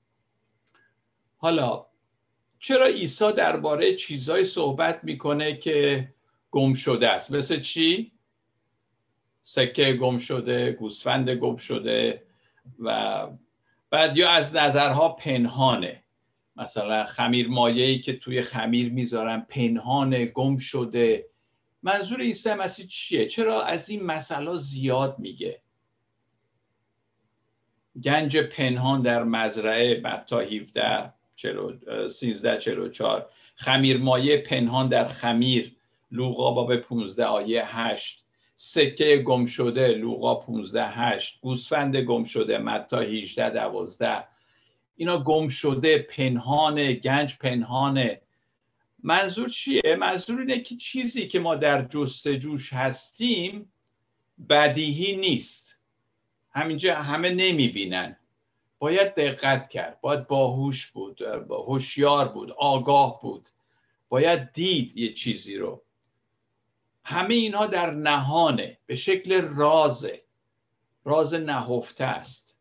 حالا چرا عیسی درباره چیزای صحبت میکنه که گم شده است؟ مثل چی؟ سکه گم شده، گوسفند گم شده، و بعد یا از نظرها پنهانه، مثلا خمیر مایه‌ای که توی خمیر میذارن پنهانه، گم شده. منظور عیسی مسیح چیه؟ چرا از این مسئله زیاد میگه؟ گنج پنهان در مزرعه متی 13:44، خمیر مایه پنهان در خمیر لوقا باب 15 آیه 8، سکه گم شده لوقا 15:8، گوسفند گم شده متی 18:12. اینا گم شده، پنهانه، گنج پنهانه. منظور چیه؟ منظور اینه که چیزی که ما در جستجوش هستیم بدیهی نیست. همینجا همه نمیبینن. باید دقت کرد، باید باهوش بود، هوشیار بود، آگاه بود، باید دید یه چیزی رو. همه اینها در نهانه، به شکل راز نهفته است.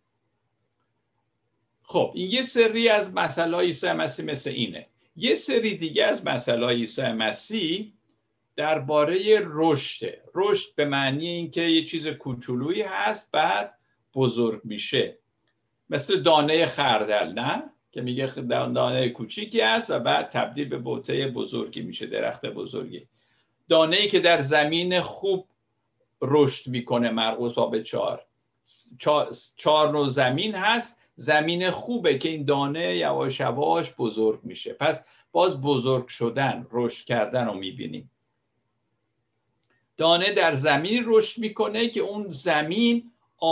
خب این یه سری از مسائل عیسی مسیح مثل اینه. یه سری دیگه از مسائل عیسی مسیح درباره رشد. رشد به معنی اینکه یه چیز کوچولویی هست بعد بزرگ میشه، مثل دانه خردل، نه؟ که میگه دانه کوچیکی است و بعد تبدیل به بوته بزرگی میشه، درخت بزرگی. دانه‌ای که در زمین خوب رشد میکنه، مرقس باب 4 نوع زمین هست. زمین خوبه که این دانه یواش یواش بزرگ میشه. پس باز بزرگ شدن، رشد کردن رو میبینیم. دانه در زمین رشد میکنه که اون زمین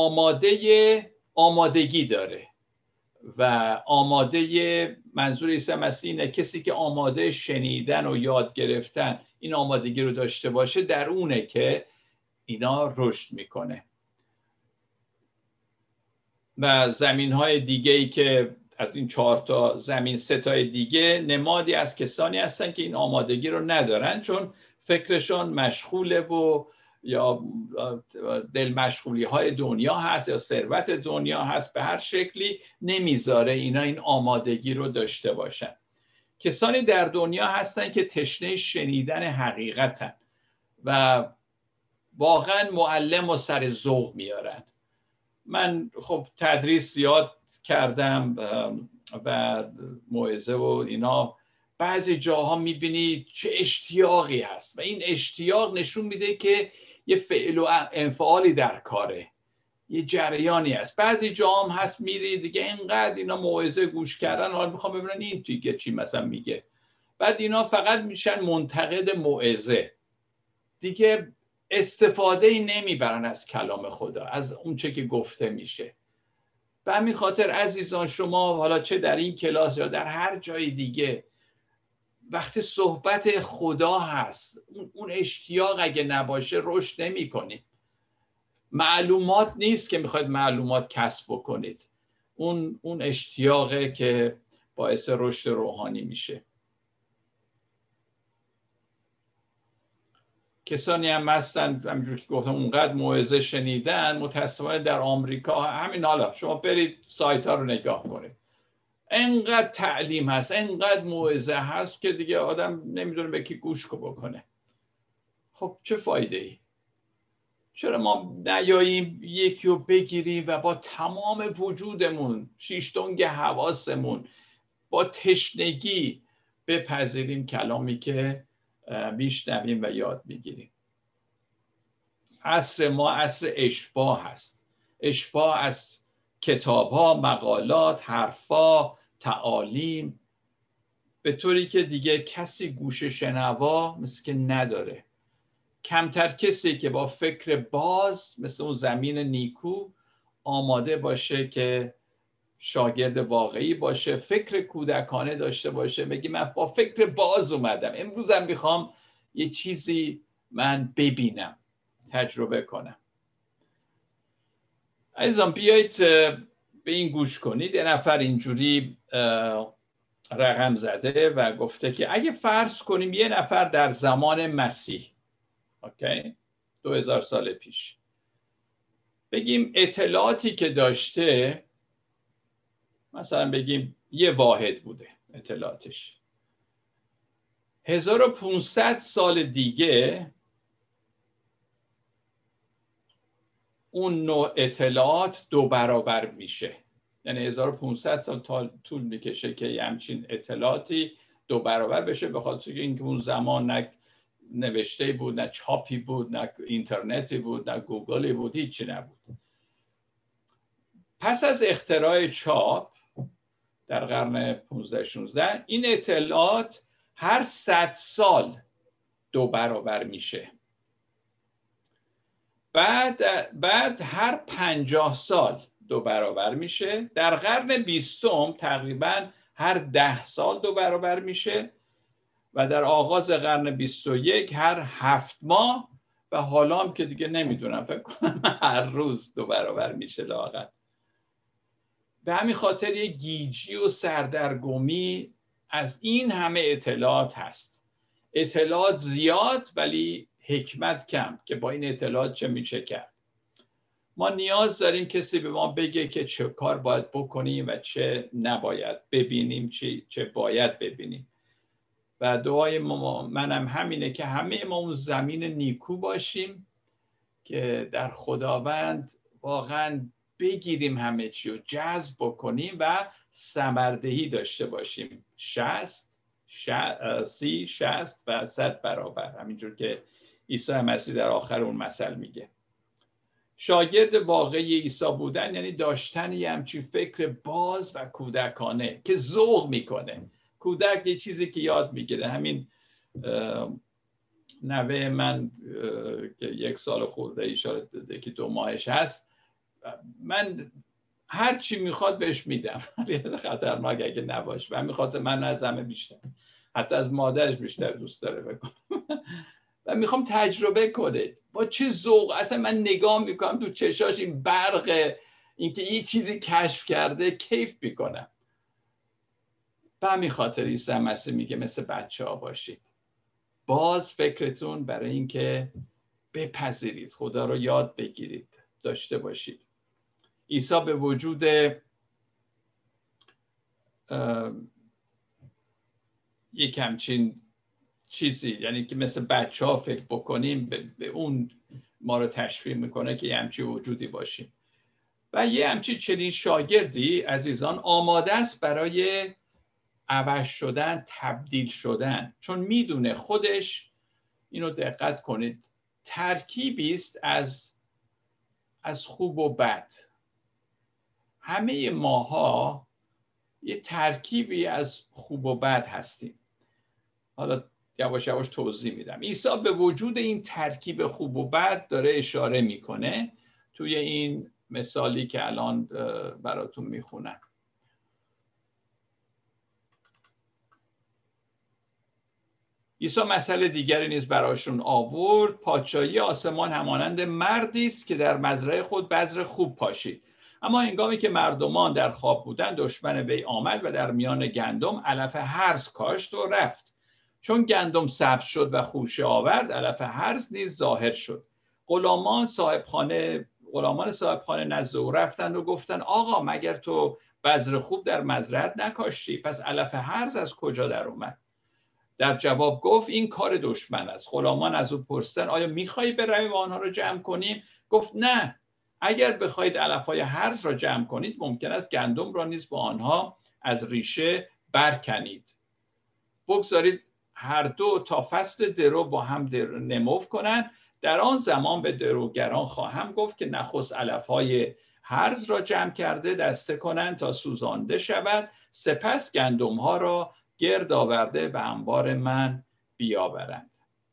آمادگی داره و آماده، منظور عیسی مسیح اینه کسی که آماده شنیدن و یاد گرفتن این آمادگی رو داشته باشه، در اونه که اینا رشد میکنه. و زمین های دیگه ای که از این 4 تا زمین 3 تای دیگه نمادی از کسانی هستن که این آمادگی رو ندارن، چون فکرشون مشغوله و یا دل مشغولی های دنیا هست یا ثروت دنیا هست، به هر شکلی نمیذاره اینا این آمادگی رو داشته باشن. کسانی در دنیا هستن که تشنه شنیدن حقیقتن و واقعا معلم و سر ذوق میارن. من خب تدریس زیاد کردم و موعظه و اینا، بعضی جاها میبینی چه اشتیاقی هست و این اشتیاق نشون میده که یه فعل و انفعالی در کاره، یه جریانی هست. بعضی جاها هم هست میری دیگه اینقدر اینا موعظه گوش کردن، حالا میخوام ببینن این دیگه چی مثلا میگه، بعد اینا فقط میشن منتقد موعظه، دیگه استفاده ای نمیبرن از کلام خدا، از اون چه که گفته میشه. به همین خاطر عزیزان شما حالا چه در این کلاس یا در هر جای دیگه، وقتی صحبت خدا هست، اون اشتیاق اگه نباشه رشد نمی کنید. معلومات نیست که میخواید معلومات کسب بکنید، اون اشتیاقه که باعث رشد روحانی میشه. کسانی هم هستن همینجور که گفتم اونقدر موعظه شنیدن، متاسفانه در آمریکا همین، حالا شما برید سایت ها رو نگاه کنید، انقدر تعلیم هست، انقدر موعظه هست که دیگه آدم نمیدونه به کی گوش بکنه. خب چه فایده ای؟ چرا ما نیاییم یکی رو بگیریم و با تمام وجودمون، 6 تنگ حواسمون، با تشنگی بپذیریم کلامی که میشنویم و یاد میگیریم. عصر ما عصر اشباع هست، اشباع از کتاب‌ها، مقالات، حرفا، تعالیم، به طوری که دیگه کسی گوش شنوا مثل که نداره. کمتر کسی که با فکر باز مثل اون زمین نیکو آماده باشه که شاگرد واقعی باشه، فکر کودکانه داشته باشه، بگی من با فکر باز اومدم، امروزم میخوام یه چیزی من ببینم، تجربه کنم. عزیزان بیایید به این گوش کنید. یه نفر اینجوری رقم زده و گفته که اگه فرض کنیم یه نفر در زمان مسیح، اوکی، 2000 سال پیش، بگیم اطلاعاتی که داشته مثلا بگیم یه واحد بوده اطلاعاتش، 1500 سال دیگه اون نوع اطلاعات 2 برابر میشه. یعنی 1500 سال طول میکشه که همچین اطلاعاتی 2 برابر بشه، به خاطر اینکه اون زمان نه نوشته بود، نه چاپی بود، نه اینترنتی بود، نه گوگلی بود، هیچی نبود. پس از اختراع چاپ در قرن 15-16 این اطلاعات هر 100 سال 2 برابر میشه. بعد هر 50 سال 2 برابر میشه. در قرن 20 تقریبا هر 10 سال 2 برابر میشه و در آغاز قرن 21 هر 7 ماه و حالا هم که دیگه نمیدونم، فکر کنم هر روز 2 برابر میشه لااقل. به همین خاطر یه گیجی و سردرگمی از این همه اطلاعات هست. اطلاعات زیاد ولی حکمت کم که با این اطلاعات چه میشه کرد. ما نیاز داریم کسی به ما بگه که چه کار باید بکنیم و چه نباید ببینیم، چه باید ببینیم. و دعای منم همینه که همه ما اون زمین نیکو باشیم که در خداوند واقعا بگیریم همه چی رو جذب بکنیم و ثمردهی داشته باشیم، 30 60 و 100 برابر، همینجور که عیسی مسیح در آخر اون مثل میگه. شاگرد واقعی عیسی بودن یعنی داشتن یه همچین فکر باز و کودکانه که ذوق میکنه. کودک یه چیزی که یاد میگیره. همین نوه من که 1 سال خورده اشاره داده که 2 ماهش هست، من هر چی میخواد بهش میدم. خطرناک اگه نباشه. و میخواد من از همه بیشتر، حتی از مادرش بیشتر دوست داره بکنم. و میخوام تجربه کنید با چه ذوق. اصلا من نگاه میکنم تو چشاش این برق، اینکه یه چیزی کشف کرده، کیف میکنم. به همین خاطر عیسی مسیح میگه مثل بچه‌ها باشید. باز فکرتون برای اینکه بپذیرید، خدا رو یاد بگیرید، داشته باشید. عیسی به وجود یک همچین چیزی، یعنی که مثل بچه ها فکر بکنیم، به اون ما رو تشویق میکنه که یه همچین وجودی باشیم. و یه همچین چنین شاگردی عزیزان آماده است برای عوض شدن، تبدیل شدن، چون میدونه خودش، اینو دقت کنید، ترکیبی است از خوب و بد. همه ماها یه ترکیبی از خوب و بد هستیم. حالا یواش یواش توضیح میدم. عیسی به وجود این ترکیب خوب و بد داره اشاره میکنه توی این مثالی که الان براتون میخونم. عیسی مسئله دیگری نیز براشون آورد. پادشاهی آسمان همانند مردی است که در مزرعه خود بذر خوب پاشید. اما هنگامی که مردمان در خواب بودند، دشمن وی آمد و در میان گندم علف هرز کاشت و رفت. چون گندم سبز شد و خوشه آورد، علف هرز نیز ظاهر شد. غلامان صاحبخانه نزد او رفتند و گفتند آقا، مگر تو بذر خوب در مزرعت نکاشتی؟ پس علف هرز از کجا در اومد؟ در جواب گفت این کار دشمن است. غلامان از او پرسیدند آیا میخوایی برویم و آنها را جمع کنیم؟ گفت نه، اگر بخواهید علفهای هرز را جمع کنید، ممکن است گندم را نیز با آنها از ریشه برکنید. بگذارید هر دو تا فصل درو با هم نمو کنند. در آن زمان به دروگران خواهم گفت که نخست علفهای هرز را جمع کرده دسته کنند تا سوزانده شود، سپس گندم ها را گرد آورده به انبار من بیاورند.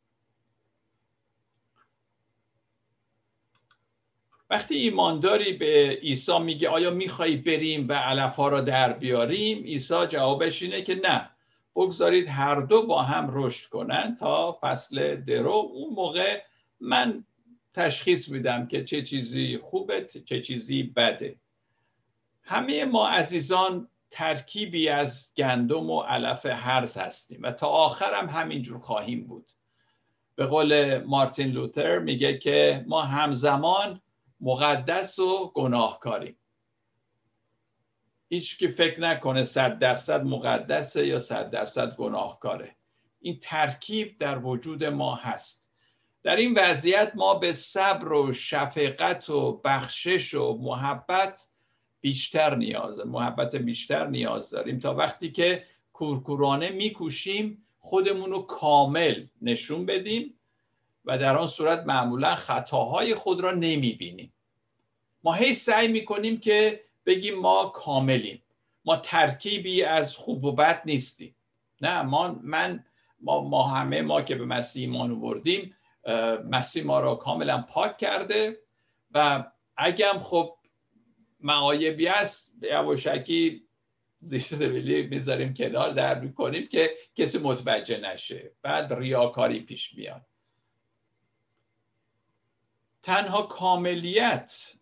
وقتی ایمانداری به عیسی میگه آیا میخوایی بریم و علفها را در بیاریم، عیسی جوابش اینه که نه، بگذارید هر دو با هم رشد کنن تا فصل درو. اون موقع من تشخیص میدم که چه چیزی خوبه، چه چیزی بده. همه ما عزیزان ترکیبی از گندم و علف هرز هستیم و تا آخر هم همینجور خواهیم بود. به قول مارتین لوتر میگه که ما همزمان مقدس و گناهکاریم. هیچ کی فکر نکنه 100% مقدسه یا 100% گناهکاره. این ترکیب در وجود ما هست. در این وضعیت ما به صبر و شفقت و بخشش و محبت بیشتر نیاز داریم تا وقتی که کورکورانه میکوشیم خودمون رو کامل نشون بدیم و در آن صورت معمولا خطاهای خود را نمیبینیم. ما هی سعی میکنیم که بگیم ما کاملیم، ما ترکیبی از خوب و بد نیستیم. نه، ما همه که به مسیح ایمان آوردیم، مسیح ما را کاملا پاک کرده و اگه هم خب معایبی هست یواشکی زیر سبیلی میذاریم کنار، در میکنیم که کسی متوجه نشه. بعد ریاکاری پیش میاد. تنها کاملیت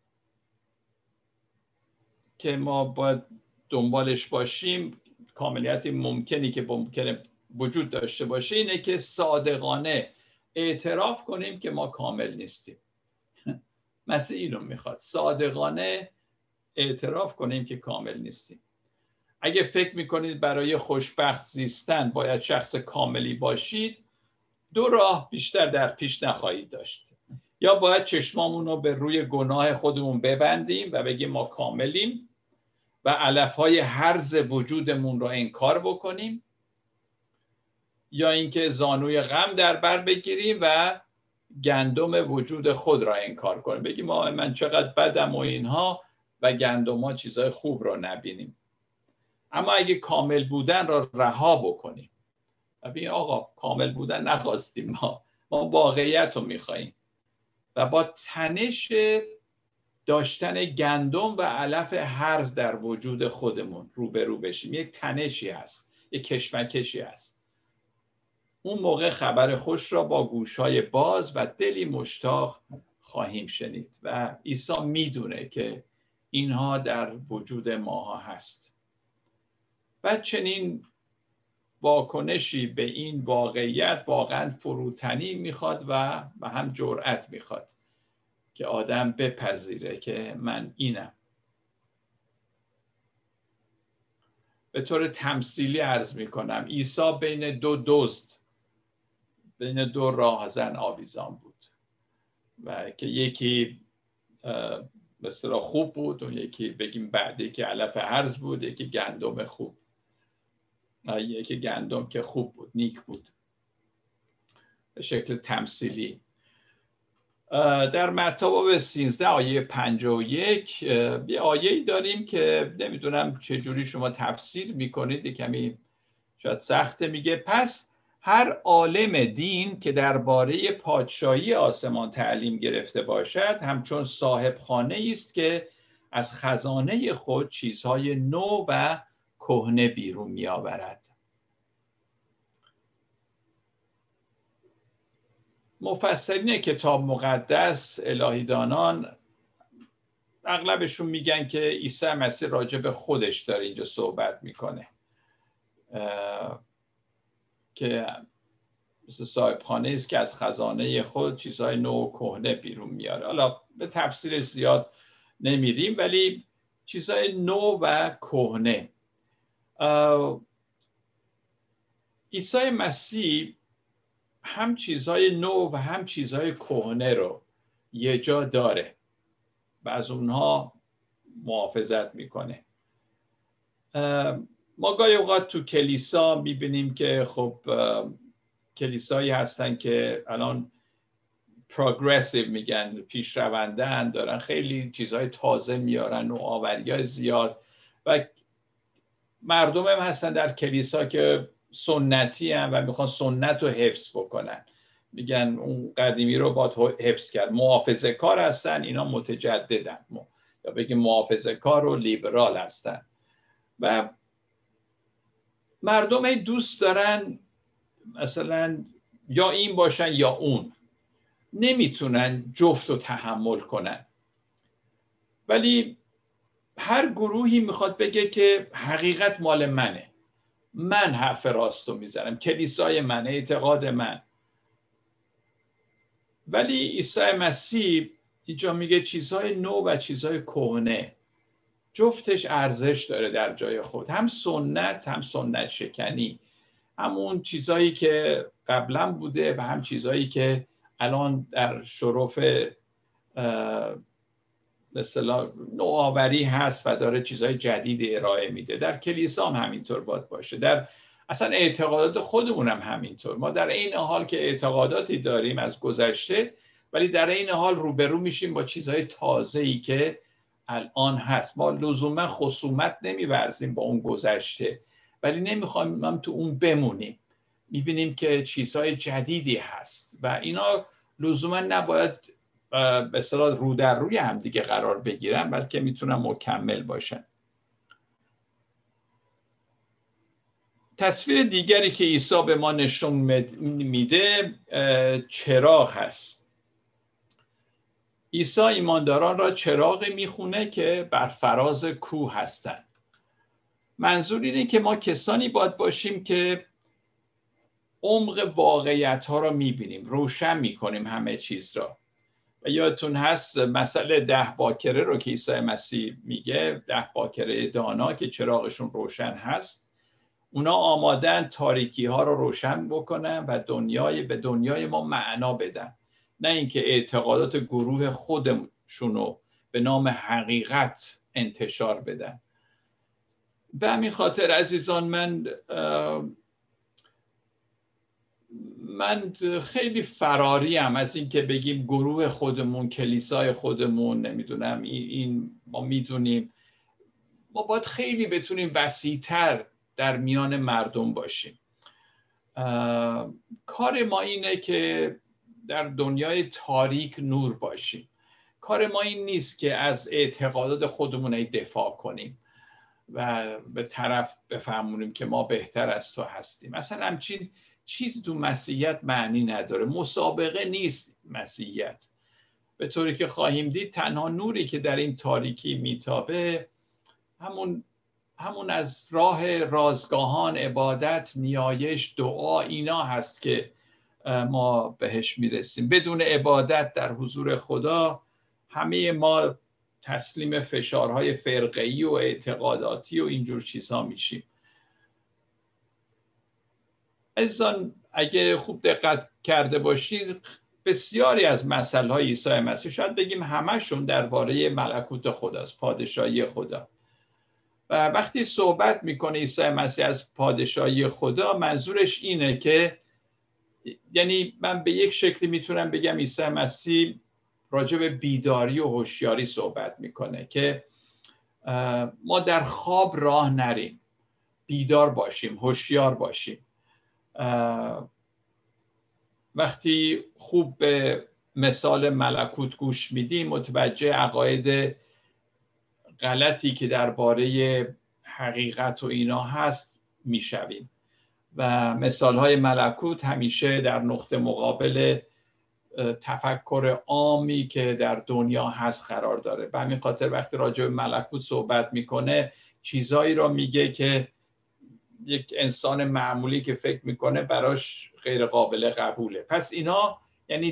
که ما باید دنبالش باشیم، کاملیتی ممکنی که ممکنه وجود داشته باشه، اینه که صادقانه اعتراف کنیم که ما کامل نیستیم. مسیح اینو میخواد، صادقانه اعتراف کنیم که کامل نیستیم. اگه فکر میکنید برای خوشبخت زیستن باید شخص کاملی باشید، 2 راه بیشتر در پیش نخواهید داشت. یا باید چشمامون رو به روی گناه خودمون ببندیم و بگیم ما کاملیم و علفهای هرز وجودمون رو انکار بکنیم، یا اینکه زانوی غم در بر بگیریم و گندم وجود خود را انکار کنیم، بگیم من چقدر بدم و اینها و گندم ها چیزهای خوب را نبینیم. اما اگه کامل بودن را رها بکنیم، ببین آقا کامل بودن نخواستیم، ما واقعیت رو میخواییم و با تنش داشتن گندم و علف هرز در وجود خودمون روبرو بشیم. یک تنشی هست، یک کشمکشی هست. اون موقع خبر خوش را با گوشهای باز و دلی مشتاق خواهیم شنید و عیسی میدونه که اینها در وجود ماها هست. و چنین واکنشی به این واقعیت واقعا فروتنی میخواد و هم جرأت میخواد که آدم بپذیره که من اینم. به طور تمثیلی عرض میکنم، عیسی بین دو دزد، بین دو راهزن آویزان بود و که یکی مثلا خوب بود و یکی بگیم بعدی که علف هرز بود، یکی گندم خوب، یکی گندم که خوب بود، نیک بود، به شکل تمثیلی. در متی باب 13 آیه 51 یه آیه‌ای داریم که نمیدونم چجوری شما تفسیر میکنید، کمی شاید سخته. میگه پس هر عالم دین که درباره پادشاهی آسمان تعلیم گرفته باشد همچون صاحب خانه است که از خزانه خود چیزهای نو و کهنه بیرون میآورد. مفسرین کتاب مقدس، الهیدانان، اغلبشون میگن که عیسی مسیح راجع به خودش داره اینجا صحبت میکنه که مثل صاحب خانه است که از خزانه خود چیزهای نو و کهنه بیرون میاره. حالا به تفسیر زیاد نمیریم، ولی چیزهای نو و کهنه. عیسی مسیح هم چیزهای نو و هم چیزهای کهنه رو یه جا داره و از اونها محافظت میکنه. ما گاهی اوقات تو کلیسا میبینیم که خب کلیسایی هستن که الان پروگرسیو میگن، پیشروندن، دارن خیلی چیزهای تازه میارن، نوآوری‌های زیاد، و مردم هم هستن در کلیسا که سنتی هم و میخوان سنت رو حفظ بکنن، میگن اون قدیمی رو باید حفظ کرد. محافظه کار هستن، اینا متجددن، یا بگیم محافظه کار و لیبرال هستن و مردم دوست دارن مثلا یا این باشن یا اون، نمیتونن جفت رو تحمل کنن. ولی هر گروهی میخواد بگه که حقیقت مال منه، من حرف راستو میزنم، کلیسای من، اعتقاد من. ولی عیسی مسیح اینجا میگه چیزهای نو و چیزهای کهنه جفتش ارزش داره در جای خود، هم سنت هم سنت شکنی، همون چیزهایی که قبلا بوده و هم چیزهایی که الان در شرف مثلا نوآوری هست و داره چیزهای جدید ارائه میده. در کلیسا هم همینطور باید باشه، در اصلا اعتقادات خودمون هم همینطور. ما در این حال که اعتقاداتی داریم از گذشته، ولی در این حال روبرو میشیم با چیزهای تازه‌ای که الان هست. ما لزوما خصومت نمی‌ورزیم با اون گذشته، ولی نمیخوایم هم تو اون بمونیم. میبینیم که چیزهای جدیدی هست و اینا لزوما نباید به اصطلاح رو در روی هم دیگه قرار بگیرن، بلکه میتونن مکمل باشن. تصویر دیگری که عیسی به ما نشون میده چراغ هست. عیسی ایمانداران را چراغ میخونه که بر فراز کوه هستند. منظور اینه که ما کسانی باید باشیم که عمق واقعیت ها را میبینیم، روشن میکنیم همه چیز را. و یادتون هست مسئله 10 باکره رو که عیسی مسیح میگه، 10 باکره دانا که چراغشون روشن هست، اونا آمادن تاریکی ها رو روشن بکنن و به دنیای ما معنا بدن، نه اینکه اعتقادات گروه خودشون رو به نام حقیقت انتشار بدن. به همین خاطر عزیزان، من من خیلی فراریم از این که بگیم گروه خودمون، کلیسای خودمون، نمیدونم این ما میدونیم. ما باید خیلی بتونیم وسیع‌تر در میان مردم باشیم. کار ما اینه که در دنیای تاریک نور باشیم. کار ما این نیست که از اعتقادات خودمون دفاع کنیم و به طرف بفهمونیم که ما بهتر از تو هستیم. اصلا همچین چیز تو مسیحیت معنی نداره. مسابقه نیست مسیحیت. به طوری که خواهیم دید تنها نوری که در این تاریکی میتابه همون از راه رازگاهان، عبادت، نیایش، دعا، اینا هست که ما بهش میرسیم. بدون عبادت در حضور خدا همه ما تسلیم فشارهای فرقه‌ای و اعتقاداتی و اینجور چیزها میشیم. عزیزان اگه خوب دقت کرده باشید بسیاری از مسائل عیسی مسیح، شاید بگیم همشون درباره ملکوت خداست، پادشاهی خدا. و وقتی صحبت میکنه عیسی مسیح از پادشاهی خدا، منظورش اینه که یعنی من به یک شکلی میتونم بگم عیسی مسیح راجع به بیداری و هوشیاری صحبت میکنه که ما در خواب راه نریم، بیدار باشیم، هوشیار باشیم. وقتی خوب به مثال ملکوت گوش میدیم متوجه عقاید غلطی که درباره حقیقت و اینا هست میشویم و مثالهای ملکوت همیشه در نقطه مقابل تفکر عامی که در دنیا هست قرار داره. به همین خاطر وقتی راجع به ملکوت صحبت میکنه چیزایی را میگه که یک انسان معمولی که فکر میکنه براش غیر قابل قبوله. پس اینا یعنی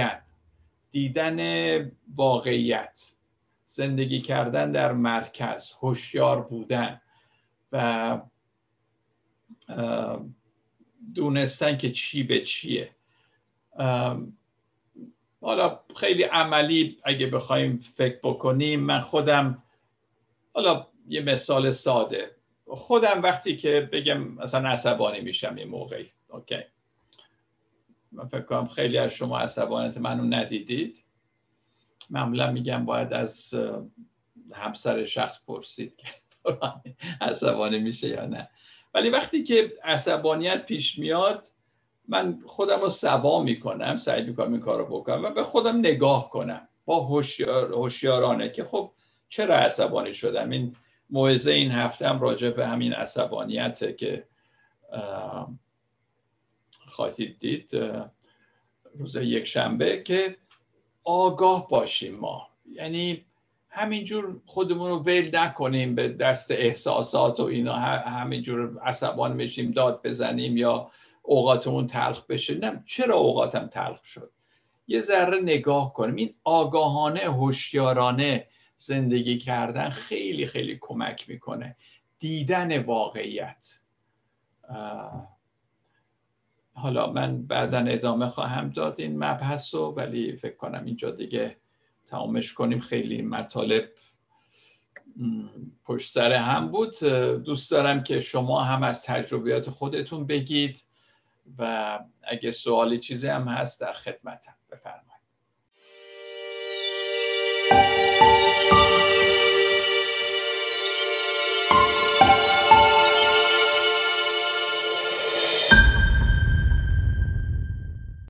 دیدن واقعیت، زندگی کردن در مرکز، هوشیار بودن و دونستن که چی به چیه. حالا خیلی عملی اگه بخوایم فکر بکنیم، من خودم، حالا یه مثال ساده، خودم وقتی که بگم مثلا عصبانی میشم یه موقعی، اوکی، من فکر کنم خیلی از شما عصبانیت منو ندیدید. معمولا میگم باید از همسر شخص پرسید که عصبانی میشه یا نه. ولی وقتی که عصبانیت پیش میاد من خودم رو سوا میکنم، سعی میکنم این کار رو بکنم و به خودم نگاه کنم با هوشیارانه که خب چرا عصبانی شدم. این موعظه این هفته هم راجع به همین عصبانیته که خواهید دید روز یک شنبه، که آگاه باشیم ما، یعنی همینجور خودمون رو ول نکنیم به دست احساسات و اینا، همینجور عصبان بشیم، داد بزنیم یا اوقاتمون تلخ بشه. نه، چرا اوقاتم تلخ شد؟ یه ذره نگاه کنیم. این آگاهانه، هوشیارانه زندگی کردن خیلی خیلی کمک میکنه. دیدن واقعیت. حالا من بعداً ادامه خواهم داد این مبحث رو، ولی فکر کنم اینجا دیگه تمامش کنیم. خیلی مطالب پشت سر هم بود. دوست دارم که شما هم از تجربیات خودتون بگید و اگه سوالی چیزی هم هست در خدمتم. بفرمایید.